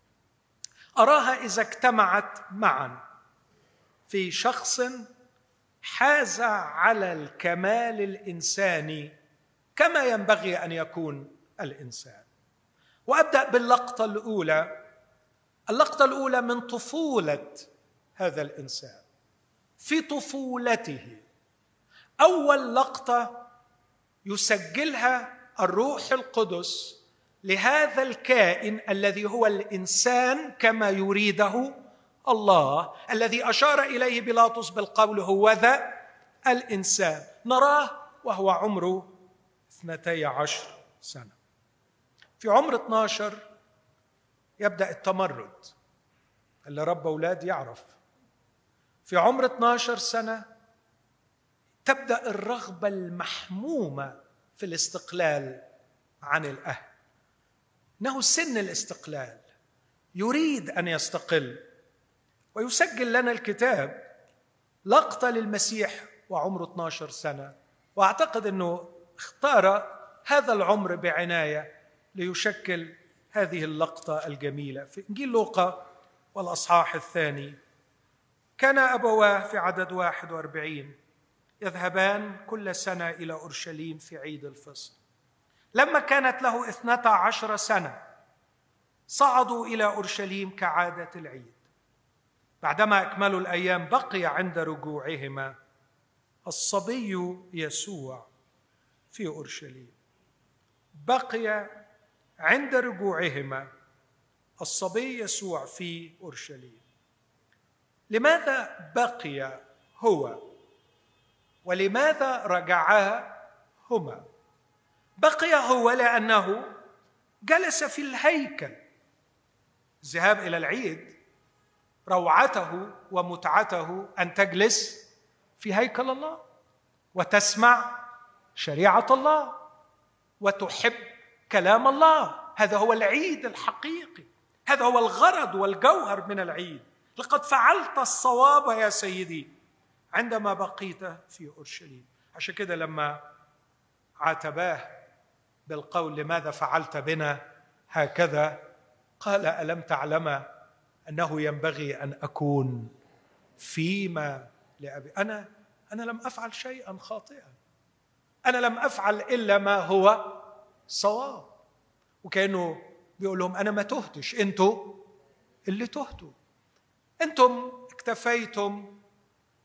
أراها إذا اجتمعت معا في شخص حاز على الكمال الإنساني كما ينبغي أن يكون الإنسان. وأبدأ باللقطة الأولى، اللقطة الأولى من طفولة هذا الإنسان. في طفولته أول لقطة يسجلها الروح القدس لهذا الكائن الذي هو الإنسان كما يريده الله، الذي أشار إليه بيلاطس بالقول هو ذا الإنسان. نراه وهو عمره اثنتي عشر سنة. في عمر اثني عشر يبدأ التمرد، اللي رب أولاد يعرف. في عمر اثني عشر سنة تبدأ الرغبة المحمومة في الاستقلال عن الأهل، إنه سن الاستقلال، يريد أن يستقل. ويسجل لنا الكتاب لقطة للمسيح وعمره اثني عشر سنة، وأعتقد أنه اختار هذا العمر بعناية ليشكل هذه اللقطة الجميلة. في إنجيل لوقا والأصحاح الثاني: كان أبواه في عدد واحد وأربعين يذهبان كل سنة إلى أورشليم في عيد الفصح. لما كانت له اثنتا عشر سنة صعدوا إلى أورشليم كعادة العيد. بعدما أكملوا الأيام بقي عند رجوعهما الصبي يسوع في أورشليم. بقي عند رجوعهما الصبي يسوع في أورشليم. لماذا بقي هو ولماذا رجعا هما؟ بقي هو لأنه جلس في الهيكل. الذهاب إلى العيد روعته ومتعته أن تجلس في هيكل الله وتسمع شريعة الله وتحب كلام الله. هذا هو العيد الحقيقي، هذا هو الغرض والجوهر من العيد. لقد فعلت الصواب يا سيدي عندما بقيت في أورشليم. عشان كده لما عاتباه بالقول لماذا فعلت بنا هكذا، قال ألم تعلم أنه ينبغي أن أكون فيما لأبي. أنا أنا لم أفعل شيئا خاطئا، أنا لم أفعل إلا ما هو صواب. وكأنه بيقول لهم أنا ما تهتش، أنتوا اللي تهتوا، أنتم اكتفيتم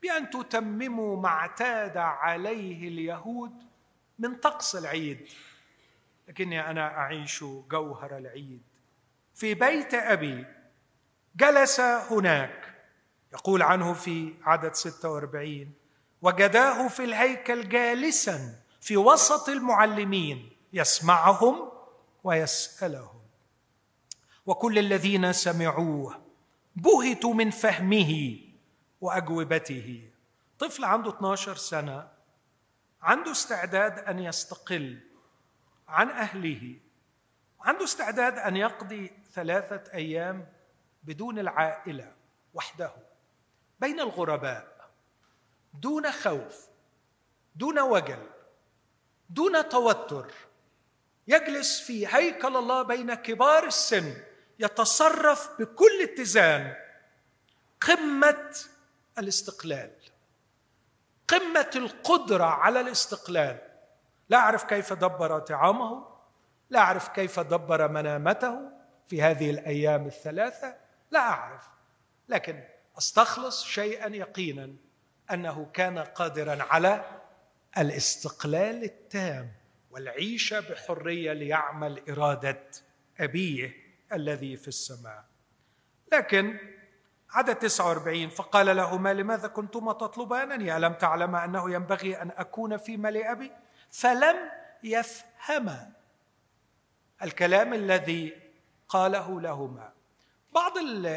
بأن تتمموا ما اعتاد عليه اليهود من طقس العيد، لكني أنا أعيش جوهر العيد. في بيت أبي جلس هناك، يقول عنه في عدد ستة وأربعين: وجداه في الهيكل جالسا في وسط المعلمين يسمعهم ويسألهم، وكل الذين سمعوه بهتوا من فهمه وأجوبته. طفل عنده اثنتي عشرة سنة عنده استعداد أن يستقل عن أهله، عنده استعداد أن يقضي ثلاثة أيام بدون العائلة وحده بين الغرباء، دون خوف، دون وجل، دون توتر، يجلس في هيكل الله بين كبار السن، يتصرف بكل اتزان. قمة الاستقلال، قمة القدرة على الاستقلال. لا أعرف كيف دبر طعامه، لا أعرف كيف دبر منامته في هذه الأيام الثلاثة، لا أعرف، لكن أستخلص شيئا يقينا أنه كان قادرا على الاستقلال التام والعيشة بحرية ليعمل إرادة أبيه الذي في السماء. لكن عدد تسعة وأربعين: فقال لهما: لماذا كنتما تطلبانني؟ ألم تعلم أنه ينبغي أن أكون في ملء أبي؟ فلم يفهما الكلام الذي قاله لهما. بعض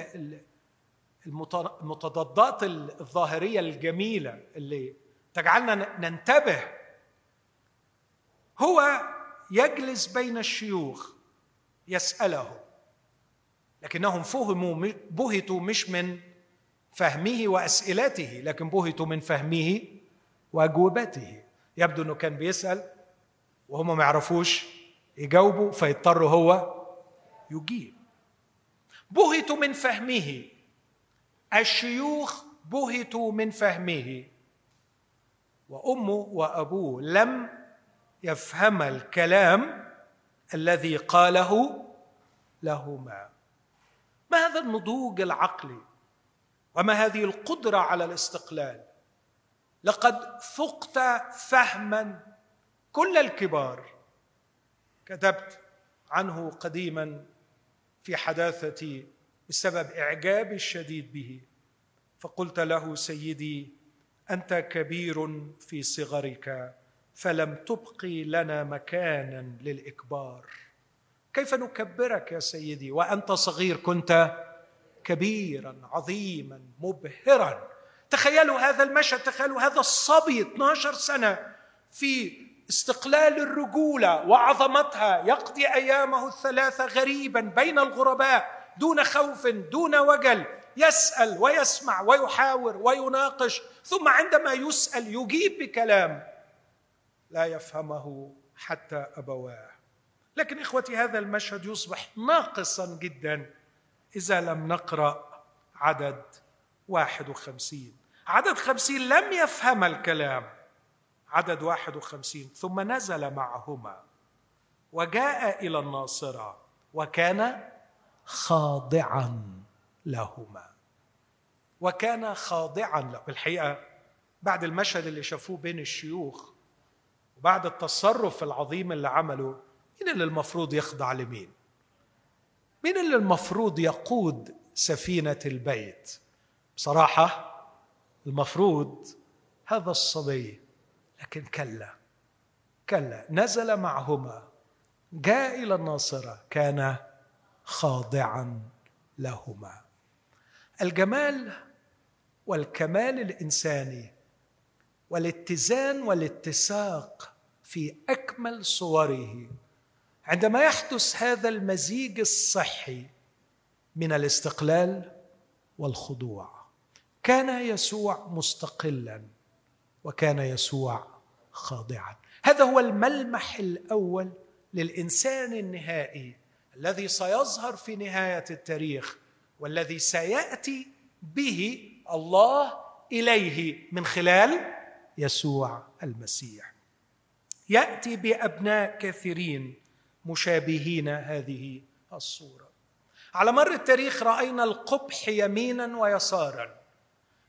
المتضادات الظاهرية الجميلة اللي تجعلنا ننتبه: هو يجلس بين الشيوخ يسألهم، لكنهم فهموا بهتوا مش من فهمه وأسئلته، لكن بهتوا من فهمه وأجوبته. يبدو أنه كان بيسأل وهم ما يعرفوش يجاوبوا، فيضطروا هو يجيب. بهتوا من فهمه، الشيوخ بهتوا من فهمه، وأمه وأبوه لم يفهم الكلام الذي قاله لهما. ما هذا النضوج العقلي وما هذه القدرة على الاستقلال؟ لقد فقت فهما كل الكبار. كتبت عنه قديما في حداثتي بسبب إعجابي الشديد به، فقلت له: سيدي، أنت كبير في صغرك فلم تبقي لنا مكانا للإكبار. كيف نكبرك يا سيدي وأنت صغير كنت كبيرا عظيما مبهرا؟ تخيلوا هذا المشهد، تخيلوا هذا الصبي اثنتي عشرة سنة في استقلال الرجولة وعظمتها، يقضي أيامه الثلاثة غريبا بين الغرباء دون خوف دون وجل، يسأل ويسمع ويحاور ويناقش، ثم عندما يسأل يجيب بكلام لا يفهمه حتى أبواه. لكن إخوتي، هذا المشهد يصبح ناقصا جدا إذا لم نقرأ عدد واحد وخمسين. عدد خمسين لم يفهم الكلام. عدد واحد وخمسين: ثم نزل معهما وجاء إلى الناصرة وكان خاضعا لهما. وكان خاضعا له. بالحقيقة بعد المشهد اللي شافوه بين الشيوخ وبعد التصرف العظيم اللي عمله، مين اللي المفروض يخضع لمين؟ مين اللي المفروض يقود سفينة البيت؟ بصراحة المفروض هذا الصبي، لكن كلا كلا، نزل معهما جاء إلى الناصرة كان خاضعا لهما. الجمال والكمال الإنساني والاتزان والاتساق في أكمل صوره عندما يحدث هذا المزيج الصحي من الاستقلال والخضوع. كان يسوع مستقلا وكان يسوع خاضعا. هذا هو الملمح الأول للإنسان النهائي الذي سيظهر في نهاية التاريخ، والذي سيأتي به الله إليه من خلال يسوع المسيح. يأتي بأبناء كثيرين مشابهين هذه الصورة. على مر التاريخ رأينا القبح يمينا ويسارا،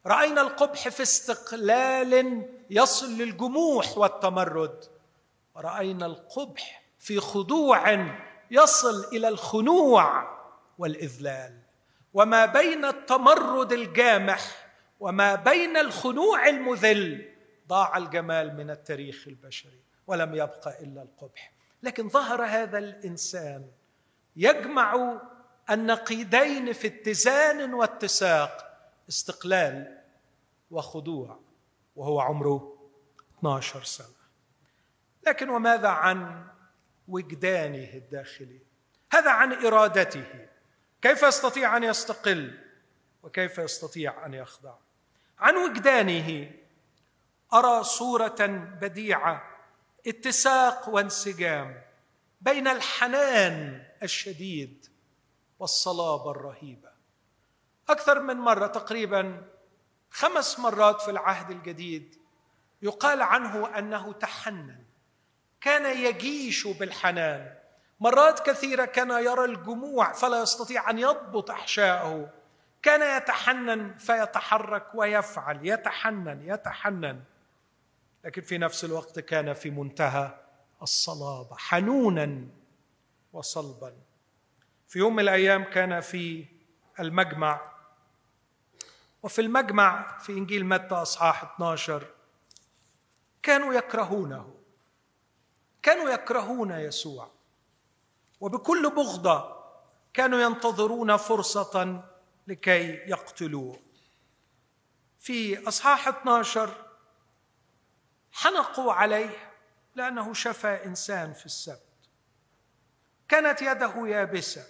رأينا القبح في استقلال يصل للجموح والتمرد، ورأينا القبح في خضوع يصل إلى الخنوع والإذلال. وما بين التمرد الجامح وما بين الخنوع المذل ضاع الجمال من التاريخ البشري ولم يبقى إلا القبح. لكن ظهر هذا الإنسان يجمع النقيضين في اتزان واتساق، استقلال وخضوع، وهو عمره اثني عشر سنة. لكن وماذا عن وجدانه الداخلي؟ هذا عن إرادته، كيف يستطيع أن يستقل وكيف يستطيع أن يخضع. عن وجدانه أرى صورة بديعة، اتساق وانسجام بين الحنان الشديد والصلابة الرهيبة. أكثر من مرة، تقريبا خمس مرات في العهد الجديد، يقال عنه أنه تحنن، كان يجيش بالحنان. مرات كثيرة كان يرى الجموع فلا يستطيع أن يضبط أحشائه، كان يتحنن فيتحرك ويفعل، يتحنن يتحنن، لكن في نفس الوقت كان في منتهى الصلابة، حنونا وصلبا. في يوم من الأيام كان في المجمع، وفي المجمع في إنجيل متى أصحاح اثني عشر كانوا يكرهونه، كانوا يكرهون يسوع، وبكل بغضة كانوا ينتظرون فرصة لكي يقتلوه. في أصحاح اثني عشر حنقوا عليه لأنه شفى إنسان في السبت، كانت يده يابسة،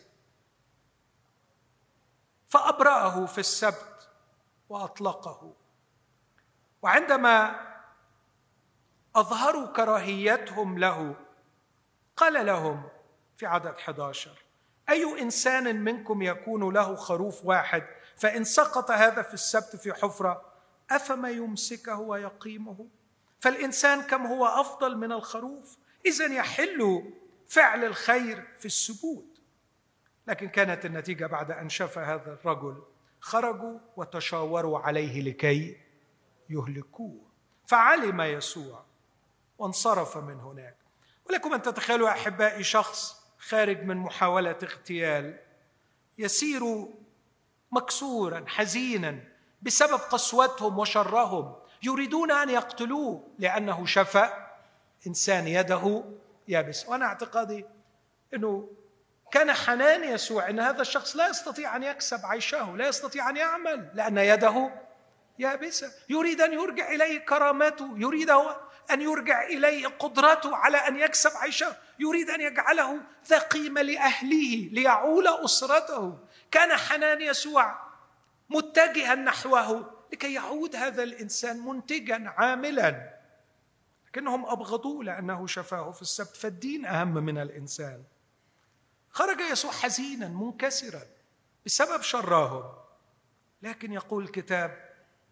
فأبرأه في السبت وأطلقه. وعندما أظهروا كراهيتهم له قال لهم في عدد أحد عشر: أي إنسان منكم يكون له خروف واحد فإن سقط هذا في السبت في حفرة أفما يمسكه ويقيمه؟ فالإنسان كم هو أفضل من الخروف؟ إذن يحل فعل الخير في السبوت. لكن كانت النتيجة بعد أن شفى هذا الرجل خرجوا وتشاوروا عليه لكي يهلكوه، فعلم يسوع وانصرف من هناك. ولكم أن تتخيلوا أحبائي شخص خارج من محاولة اغتيال يسير مكسورا حزينا بسبب قسوتهم وشرهم، يريدون أن يقتلوه لأنه شفى إنسان يده يابس. وأنا اعتقادي أنه كان حنان يسوع أن هذا الشخص لا يستطيع أن يكسب عيشه، لا يستطيع أن يعمل لأن يده يابسة، يريد أن يرجع إليه كرامته، يريد أن يرجع إليه قدرته على أن يكسب عيشه، يريد أن يجعله ذا قيمة لأهله ليعول أسرته. كان حنان يسوع متجها نحوه لكي يعود هذا الإنسان منتجا عاملا، لكنهم أبغضوه لأنه شفاه في السبت، فالدين أهم من الإنسان. خرج يسوع حزينا منكسرا بسبب شراهم، لكن يقول الكتاب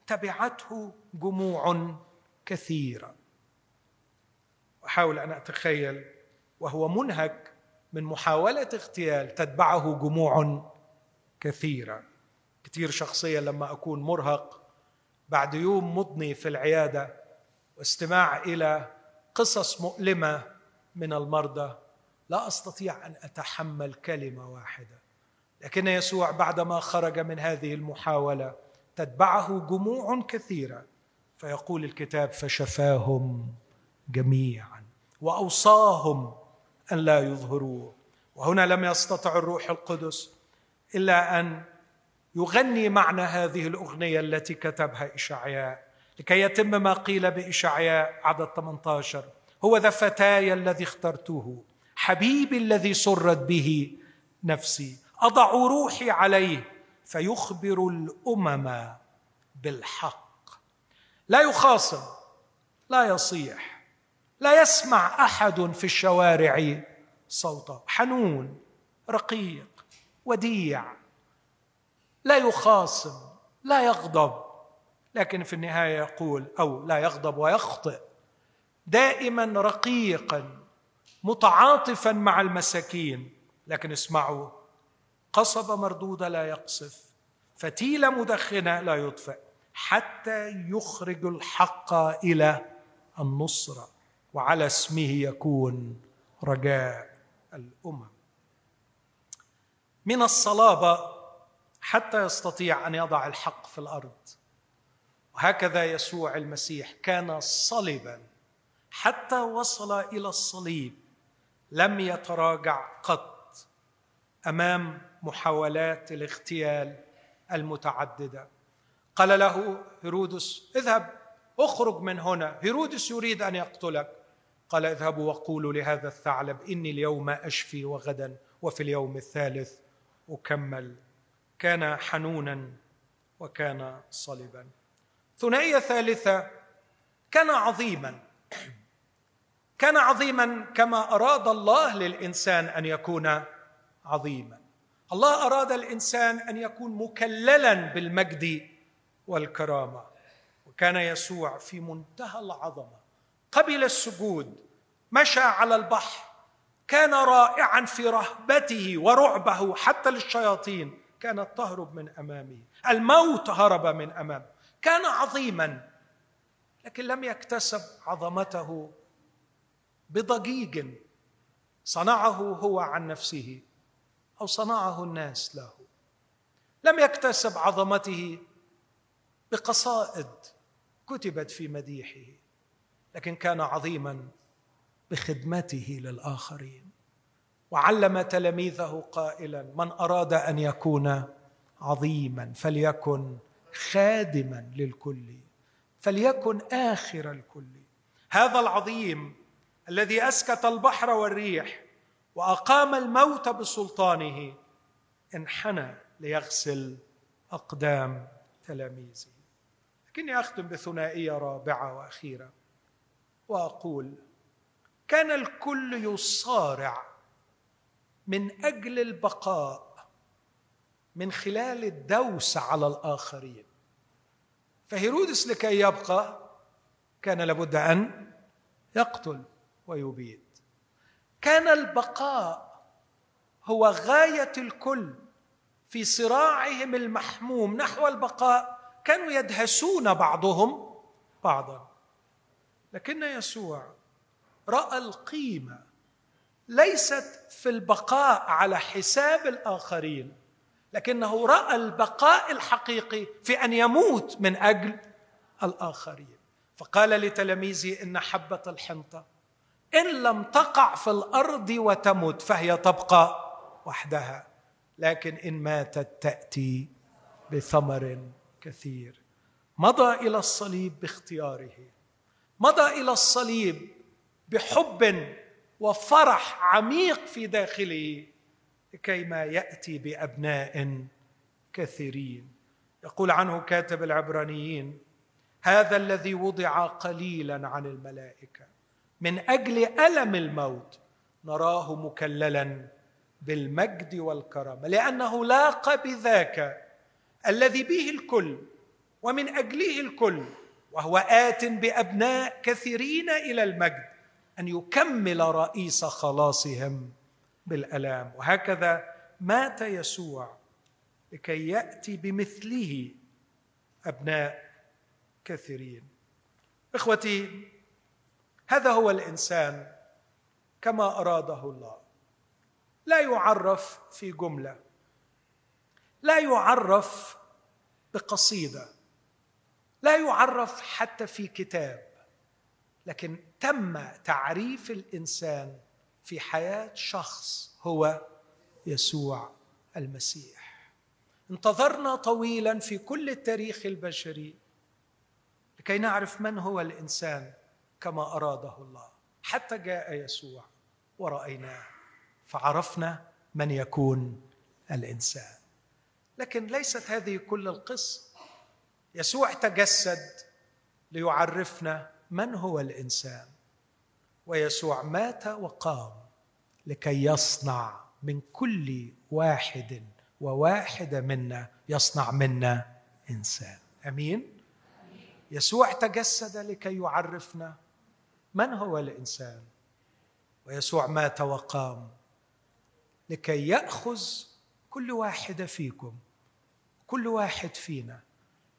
تبعته جموع كثيرة. وأحاول أن أتخيل وهو منهك من محاولة اغتيال تتبعه جموع كثيرة. كثير شخصيا لما أكون مرهق بعد يوم مضني في العيادة واستماع إلى قصص مؤلمة من المرضى لا أستطيع أن أتحمل كلمة واحدة، لكن يسوع بعدما خرج من هذه المحاولة تتبعه جموع كثيرة، فيقول الكتاب فشفاهم جميعا وأوصاهم أن لا يظهروه. وهنا لم يستطع الروح القدس إلا أن يغني معنى هذه الأغنية التي كتبها إشعياء لكي يتم ما قيل بإشعياء عدد ثمانية عشر: هو ذا فتاي الذي اخترته، حبيبي الذي سرت به نفسي، أضع روحي عليه فيخبر الأمم بالحق. لا يخاصم، لا يصيح، لا يسمع أحد في الشوارع صوته، حنون رقيق وديع، لا يخاصم لا يغضب، لكن في النهاية يقول أو لا يغضب ويخطئ، دائما رقيقا متعاطفا مع المساكين. لكن اسمعوا، قصبة مردودة لا يقصف، فتيلة مدخنة لا يطفئ، حتى يخرج الحق إلى النصرة، وعلى اسمه يكون رجاء الأمم. من الصلابة حتى يستطيع أن يضع الحق في الأرض. وهكذا يسوع المسيح كان صلبا حتى وصل إلى الصليب، لم يتراجع قط أمام محاولات الاغتيال المتعددة. قال له هيرودس: اذهب اخرج من هنا، هيرودس يريد أن يقتلك. قال: اذهبوا وقولوا لهذا الثعلب إني اليوم أشفي وغدا وفي اليوم الثالث أكمل. كان حنونا وكان صلبا. ثنائية ثالثة: كان عظيما. كان عظيما كما أراد الله للإنسان أن يكون عظيما. الله أراد الإنسان أن يكون مكللا بالمجد والكرامة، وكان يسوع في منتهى العظمة. قبل السجود، مشى على البحر، كان رائعا في رهبته ورعبه، حتى للشياطين كانت تهرب من أمامه، الموت هرب من أمامه. كان عظيما، لكن لم يكتسب عظمته بضجيج صنعه هو عن نفسه أو صنعه الناس له. لم يكتسب عظمته بقصائد كتبت في مديحه، لكن كان عظيما بخدمته للآخرين. وعلم تلاميذه قائلا: من أراد أن يكون عظيما فليكن خادما للكل، فليكن آخر الكل. هذا العظيم الذي أسكت البحر والريح وأقام الموت بسلطانه انحنى ليغسل أقدام تلاميذه. لكني أختم بثنائية رابعة وأخيرة وأقول: كان الكل يصارع من أجل البقاء من خلال الدوس على الآخرين. فهيرودس لكي يبقى كان لابد أن يقتل ويبيد. كان البقاء هو غاية الكل في صراعهم المحموم نحو البقاء. كانوا يدهسون بعضهم بعضا، لكن يسوع رأى القيمة ليست في البقاء على حساب الآخرين، لكنه رأى البقاء الحقيقي في أن يموت من أجل الآخرين. فقال لتلاميذه: إن حبة الحنطة إن لم تقع في الأرض وتمت فهي تبقى وحدها، لكن إن ماتت تأتي بثمر كثير. مضى إلى الصليب باختياره، مضى إلى الصليب بحب وفرح عميق في داخله، لكي ما يأتي بأبناء كثيرين. يقول عنه كاتب العبرانيين: هذا الذي وضع قليلا عن الملائكة من أجل ألم الموت نراه مكللا بالمجد والكرامة، لأنه لاقى بذاك الذي به الكل ومن أجله الكل، وهو آت بأبناء كثيرين إلى المجد، أن يكمل رئيس خلاصهم بالألام. وهكذا مات يسوع لكي يأتي بمثله أبناء كثيرين. إخوتي، هذا هو الإنسان كما أراده الله. لا يعرف في جملة، لا يعرف بقصيدة، لا يعرف حتى في كتاب، لكن تم تعريف الإنسان في حياة شخص هو يسوع المسيح. انتظرنا طويلا في كل التاريخ البشري لكي نعرف من هو الإنسان كما أراده الله، حتى جاء يسوع ورأيناه فعرفنا من يكون الإنسان. لكن ليست هذه كل القصة. يسوع تجسد ليعرفنا من هو الإنسان، ويسوع مات وقام لكي يصنع من كل واحد وواحدة منا، يصنع منا إنسان. أمين؟ يسوع تجسد لكي يعرفنا من هو الإنسان، ويسوع مات وقام لكي يأخذ كل واحدة فيكم، كل واحد فينا،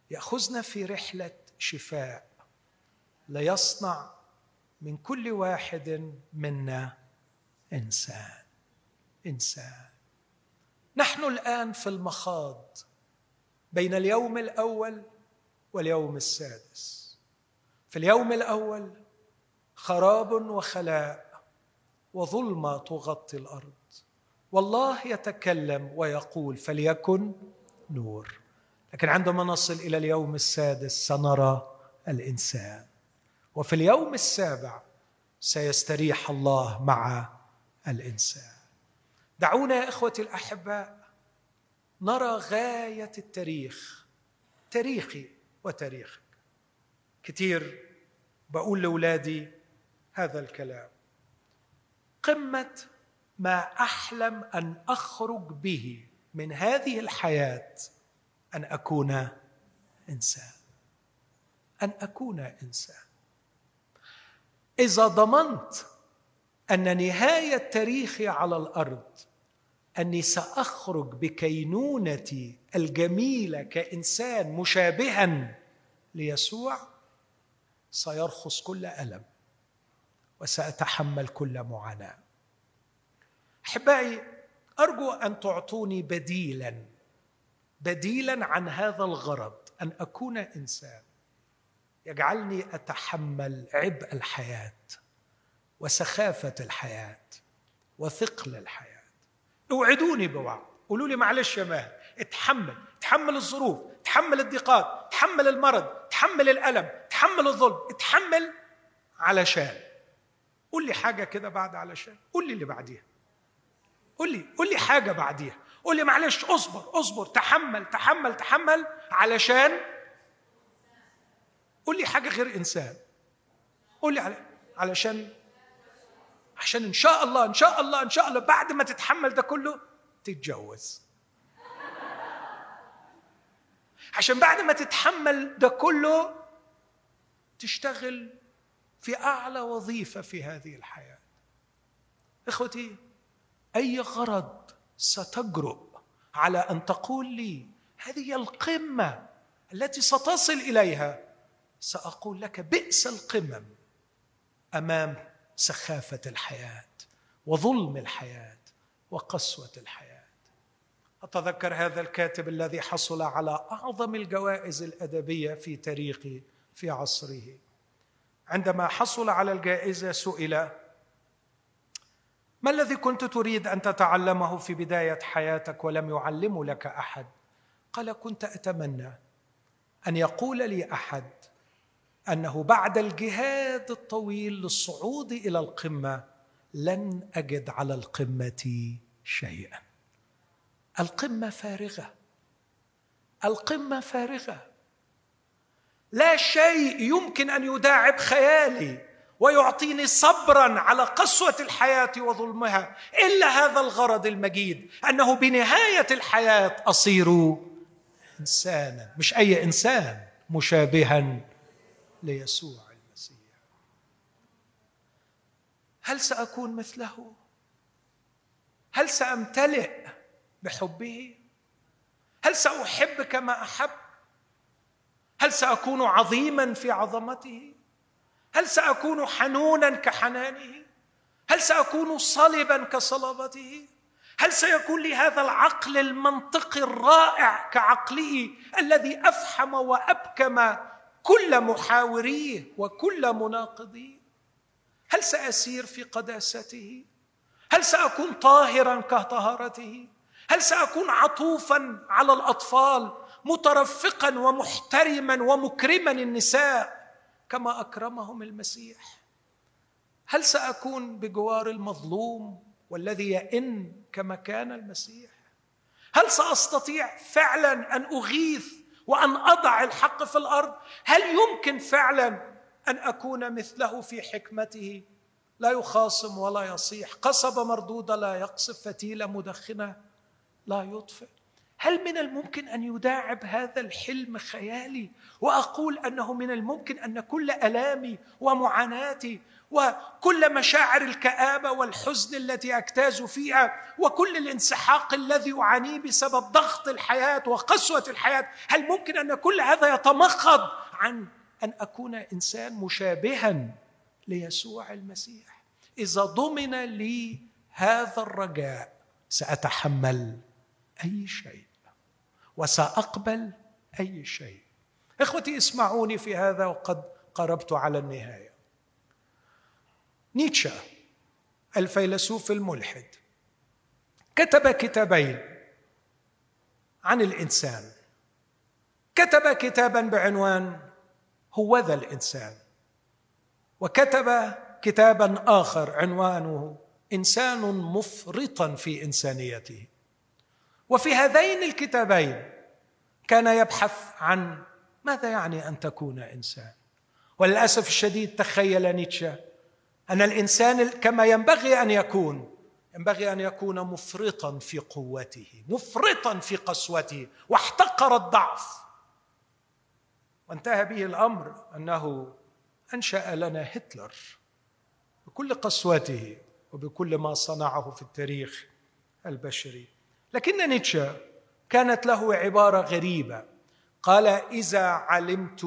يأخذنا في رحلة شفاء ليصنع من كل واحد منا إنسان إنسان. نحن الآن في المخاض بين اليوم الأول واليوم السادس. في اليوم الأول خراب وخلاء وظلمة تغطي الأرض، والله يتكلم ويقول فليكن نور. لكن عندما نصل إلى اليوم السادس سنرى الإنسان، وفي اليوم السابع سيستريح الله مع الإنسان. دعونا يا إخوتي الأحباء نرى غاية التاريخ، تاريخي وتاريخك. كتير بقول لأولادي هذا الكلام: قمة ما أحلم أن أخرج به من هذه الحياة أن أكون إنسان، أن أكون إنسان. إذا ضمنت أن نهاية تاريخي على الأرض أني سأخرج بكينونتي الجميلة كإنسان مشابها ليسوع، سيرخص كل ألم وسأتحمل كل معاناة. أحبائي، أرجو أن تعطوني بديلا بديلا عن هذا الغرض، أن أكون إنسان يجعلني أتحمل عبء الحياة وسخافة الحياة وثقل الحياة. اوعدوني بوعد، قولوا لي معلش يا ماهر، اتحمل اتحمل الظروف، اتحمل الضيقات، اتحمل المرض، اتحمل الألم، اتحمل الظلم، اتحمل علشان. قول لي حاجة كده بعد علشان، قول لي اللي بعديها، قول لي قول لي حاجة بعديها، قول لي معلش اصبر اصبر تحمل تحمل تحمل علشان. قول لي حاجة غير إنسان، قول لي علشان عشان إن شاء الله إن شاء الله إن شاء الله بعد ما تتحمل ده كله تتجوز، عشان بعد ما تتحمل ده كله تشتغل في أعلى وظيفة في هذه الحياة. إخوتي، أي غرض ستجرؤ على أن تقول لي هذه القمة التي ستصل إليها، سأقول لك بئس القمم أمام سخافة الحياة وظلم الحياة وقسوة الحياة. أتذكر هذا الكاتب الذي حصل على أعظم الجوائز الأدبية في تاريخه في عصره. عندما حصل على الجائزة سئل: ما الذي كنت تريد أن تتعلمه في بداية حياتك ولم يعلم لك أحد؟ قال: كنت أتمنى أن يقول لي أحد أنه بعد الجهاد الطويل للصعود إلى القمة لن أجد على القمة شيئا. القمة فارغة، القمة فارغة، لا شيء يمكن أن يداعب خيالي ويعطيني صبرا على قسوة الحياة وظلمها إلا هذا الغرض المجيد، أنه بنهاية الحياة أصير إنسانا، مش أي إنسان، مشابها ليسوع المسيح. هل سأكون مثله؟ هل سأمتلئ بحبه؟ هل سأحب كما أحب؟ هل سأكون عظيما في عظمته؟ هل سأكون حنونا كحنانه؟ هل سأكون صلبا كصلابته؟ هل سيكون لي هذا العقل المنطقي الرائع كعقله الذي أفحم وأبكم كل محاوريه وكل مناقضيه؟ هل سأسير في قداسته؟ هل سأكون طاهرا كطهارته؟ هل سأكون عطوفا على الأطفال، مترفقا ومحترما ومكرما النساء كما أكرمهم المسيح؟ هل سأكون بجوار المظلوم والذي يئن كما كان المسيح؟ هل سأستطيع فعلا أن أغيث وأن أضع الحق في الأرض؟ هل يمكن فعلا أن أكون مثله في حكمته؟ لا يخاصم ولا يصيح، قصبة مردودة لا يقصف، فتيلة مدخنة لا يطفئ. هل من الممكن أن يداعب هذا الحلم خيالي وأقول أنه من الممكن أن كل ألامي ومعاناتي وكل مشاعر الكآبة والحزن التي أجتاز فيها وكل الانسحاق الذي أعانيه بسبب ضغط الحياة وقسوة الحياة، هل ممكن أن كل هذا يتمخض عن أن أكون إنسان مشابها ليسوع المسيح؟ إذا ضمن لي هذا الرجاء سأتحمل أي شيء وسأقبل أي شيء. إخوتي اسمعوني في هذا وقد قربت على النهاية. نيتشه الفيلسوف الملحد كتب كتابين عن الإنسان. كتب كتابا بعنوان هوذا الإنسان، وكتب كتابا آخر عنوانه إنسان مفرطا في إنسانيته. وفي هذين الكتابين كان يبحث عن ماذا يعني أن تكون إنسان. وللأسف الشديد تخيل نيتشه أن الإنسان كما ينبغي أن يكون ينبغي أن يكون مفرطا في قوته، مفرطا في قسوته، واحتقر الضعف. وانتهى به الأمر أنه أنشأ لنا هتلر بكل قسوته وبكل ما صنعه في التاريخ البشري. لكن نيتشه كانت له عبارة غريبة، قال: إذا علمت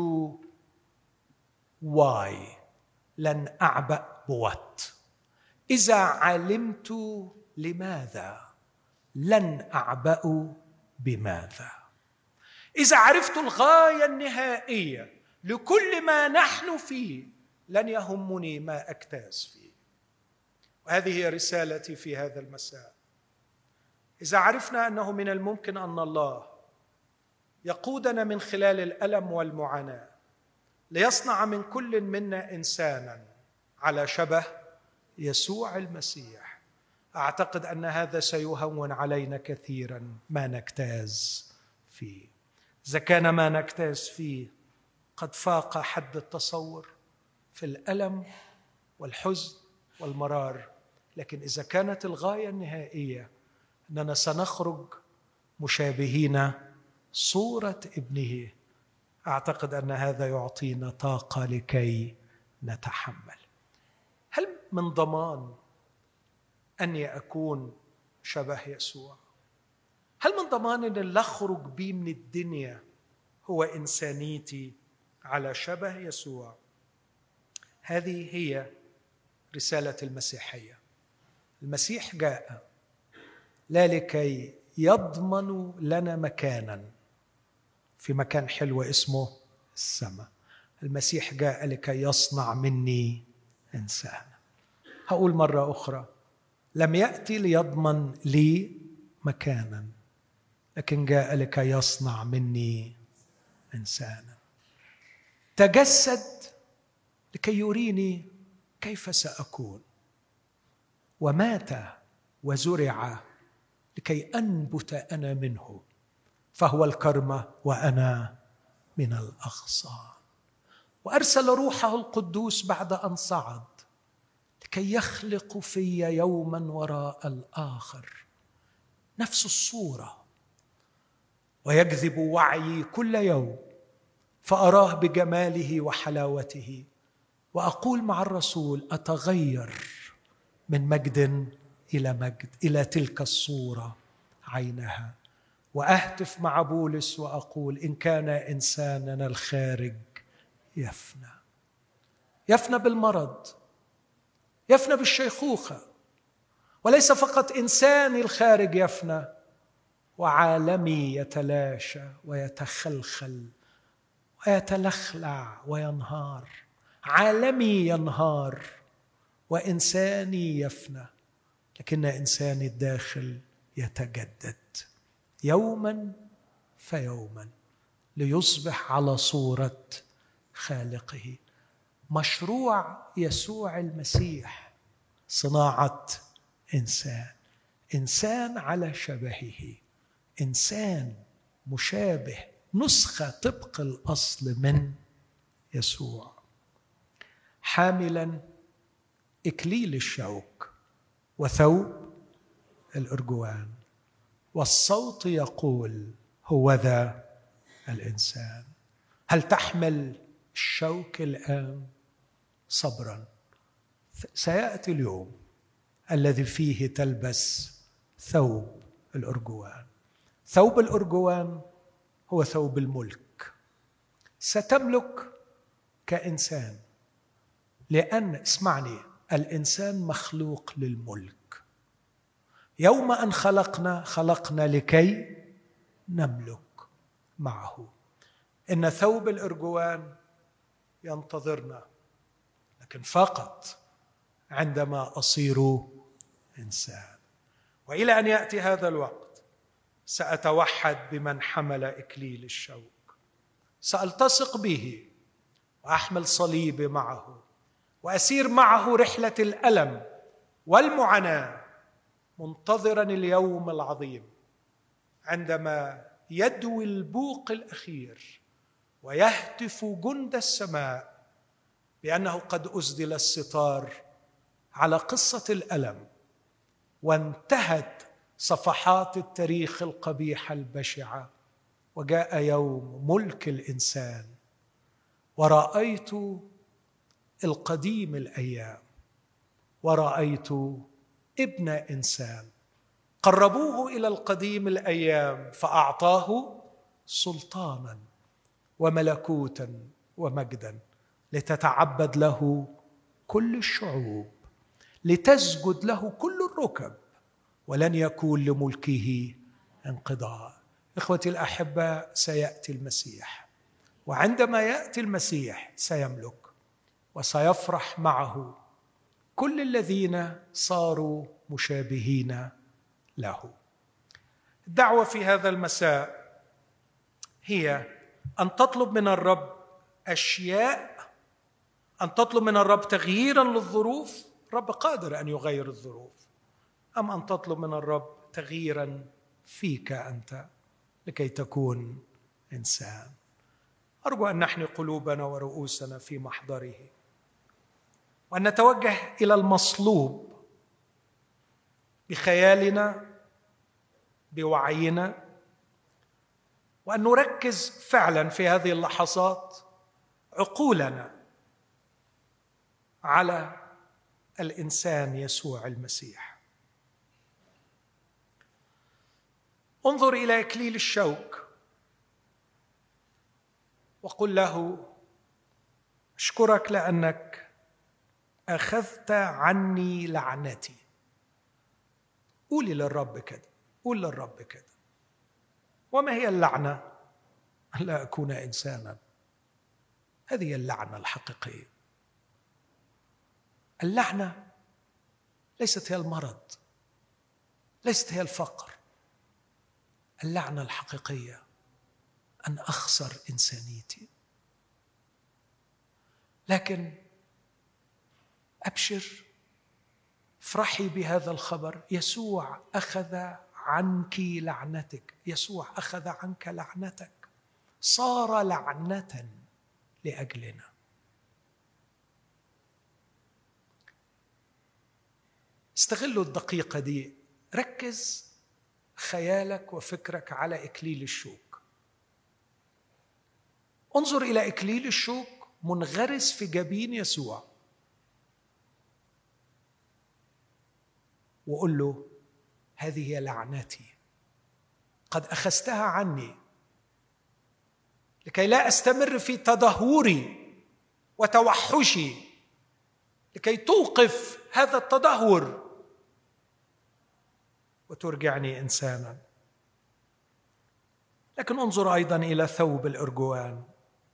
واي لن أعبأ بوات. إذا علمت لماذا لن أعبأ بماذا. إذا عرفت الغاية النهائية لكل ما نحن فيه لن يهمني ما أجتاز فيه. وهذه هي رسالتي في هذا المساء. إذا عرفنا أنه من الممكن أن الله يقودنا من خلال الألم والمعاناة ليصنع من كل منا إنسانا على شبه يسوع المسيح، أعتقد أن هذا سيهون علينا كثيرا ما نجتاز فيه. إذا كان ما نجتاز فيه قد فاق حد التصور في الألم والحزن والمرار، لكن إذا كانت الغاية النهائية أننا سنخرج مشابهين صورة ابنه، أعتقد أن هذا يعطينا طاقة لكي نتحمل. هل من ضمان أني أكون شبه يسوع؟ هل من ضمان أن اللي أخرج بيه من الدنيا هو إنسانيتي على شبه يسوع؟ هذه هي رسالة المسيحية. المسيح جاء لا لكي يضمن لنا مكانا في مكان حلو اسمه السماء، المسيح جاء لكي يصنع مني إنسانا. هقول مرة أخرى، لم يأتي ليضمن لي مكانا، لكن جاء لكي يصنع مني إنسانا. تجسد لكي يريني كيف سأكون، ومات وزرع لكي أنبت أنا منه، فهو الكرمة وأنا من الأغصان. وأرسل روحه القدوس بعد أن صعد لكي يخلق في يوما وراء الآخر نفس الصورة، ويجذب وعيي كل يوم فأراه بجماله وحلاوته، وأقول مع الرسول: أتغير من مجد إلى مجد إلى تلك الصورة عينها. وأهتف مع بولس وأقول: إن كان إنساننا الخارج يفنى، يفنى بالمرض، يفنى بالشيخوخة، وليس فقط إنساني الخارج يفنى، وعالمي يتلاشى ويتخلخل ويتلخلع وينهار. عالمي ينهار وإنساني يفنى، لكن إنساني الداخل يتجدد يوما فيوما ليصبح على صورة خالقه. مشروع يسوع المسيح صناعة إنسان، إنسان على شبهه، إنسان مشابه، نسخة طبق الأصل من يسوع، حاملا إكليل الشوك وثوب الأرجوان، والصوت يقول: هوذا الإنسان. هل تحمل الشوك الآن صبرا سيأتي اليوم الذي فيه تلبس ثوب الأرجوان. ثوب الأرجوان هو ثوب الملك. ستملك كإنسان، لأن اسمعني، الإنسان مخلوق للملك. يوم أن خلقنا خلقنا لكي نملك معه. إن ثوب الأرجوان ينتظرنا، لكن فقط عندما أصير إنسان. وإلى أن يأتي هذا الوقت سأتوحد بمن حمل إكليل الشوك، سألتصق به وأحمل صليبي معه، وأسير معه رحلة الألم والمعاناة، منتظرا اليوم العظيم عندما يدوي البوق الأخير ويهتف جند السماء بأنه قد أسدل الستار على قصة الألم، وانتهت صفحات التاريخ القبيحة البشعة، وجاء يوم ملك الإنسان. ورأيت القديم الأيام، ورأيت ابن إنسان قربوه إلى القديم الأيام فأعطاه سلطانا وملكوتا ومجدا، لتتعبد له كل الشعوب، لتسجد له كل الركب، ولن يكون لملكه انقضاء. إخوتي الأحباء، سيأتي المسيح، وعندما يأتي المسيح سيملك، وسيفرح معه كل الذين صاروا مشابهين له. الدعوة في هذا المساء هي أن تطلب من الرب أشياء، أن تطلب من الرب تغييرا للظروف، الرب قادر أن يغير الظروف، أم أن تطلب من الرب تغييرا فيك أنت لكي تكون إنسان. أرجو أن نحني قلوبنا ورؤوسنا في محضره، وأن نتوجه إلى المصلوب بخيالنا بوعينا، وأن نركز فعلا في هذه اللحظات عقولنا على الإنسان يسوع المسيح. انظر إلى إكليل الشوك وقل له: أشكرك لأنك أخذت عني لعنتي. قولي للرب كده، قول للرب كده. وما هي اللعنة؟ ألا أكون إنسانا. هذه هي اللعنة الحقيقية. اللعنة ليست هي المرض، ليست هي الفقر. اللعنة الحقيقية أن أخسر إنسانيتي. لكن أبشر، افرحي بهذا الخبر: يسوع أخذ عنك لعنتك، يسوع أخذ عنك لعنتك، صار لعنة لأجلنا. استغلوا الدقيقة دي، ركز خيالك وفكرك على إكليل الشوك. انظر إلى إكليل الشوك منغرس في جبين يسوع، وقل له: هذه هي لعنتي، قد أخذتها عني لكي لا أستمر في تدهوري وتوحشي، لكي توقف هذا التدهور وترجعني إنسانا. لكن انظر أيضا إلى ثوب الأرجوان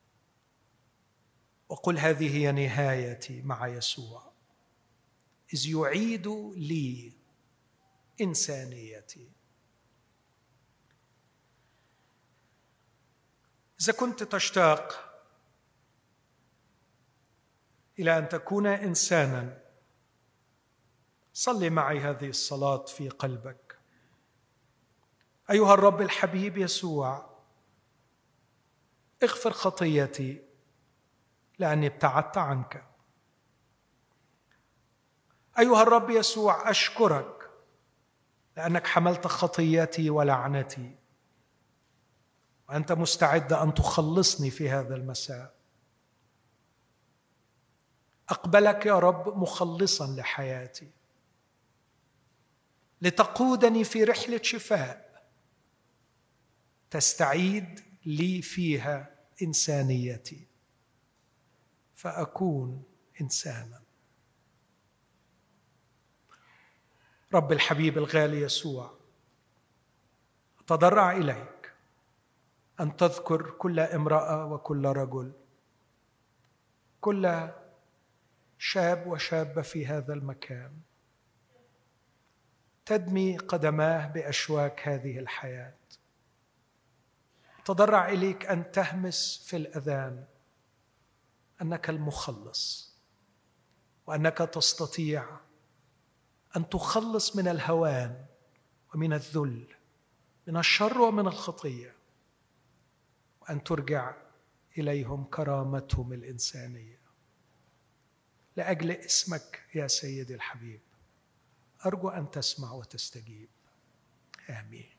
وقل: هذه هي نهايتي مع يسوع، إذ يعيد لي إنسانيتي. إذا كنت تشتاق إلى أن تكون إنسانا، صلي معي هذه الصلاة في قلبك. أيها الرب الحبيب يسوع، اغفر خطيتي لأني ابتعدت عنك. أيها الرب يسوع، أشكرك لأنك حملت خطيتي ولعنتي، وأنت مستعد أن تخلصني في هذا المساء. أقبلك يا رب مخلصا لحياتي، لتقودني في رحلة شفاء تستعيد لي فيها إنسانيتي فأكون إنسانا. رب الحبيب الغالي يسوع، أتضرع إليك أن تذكر كل امرأة وكل رجل، كل شاب وشابة في هذا المكان، تدمي قدماه بأشواك هذه الحياة. أتضرع إليك أن تهمس في الأذان أنك المخلص، وأنك تستطيع أن تخلص من الهوان ومن الذل، من الشر ومن الخطية، وأن ترجع إليهم كرامتهم الإنسانية. لأجل اسمك يا سيدي الحبيب أرجو أن تسمع وتستجيب. آمين.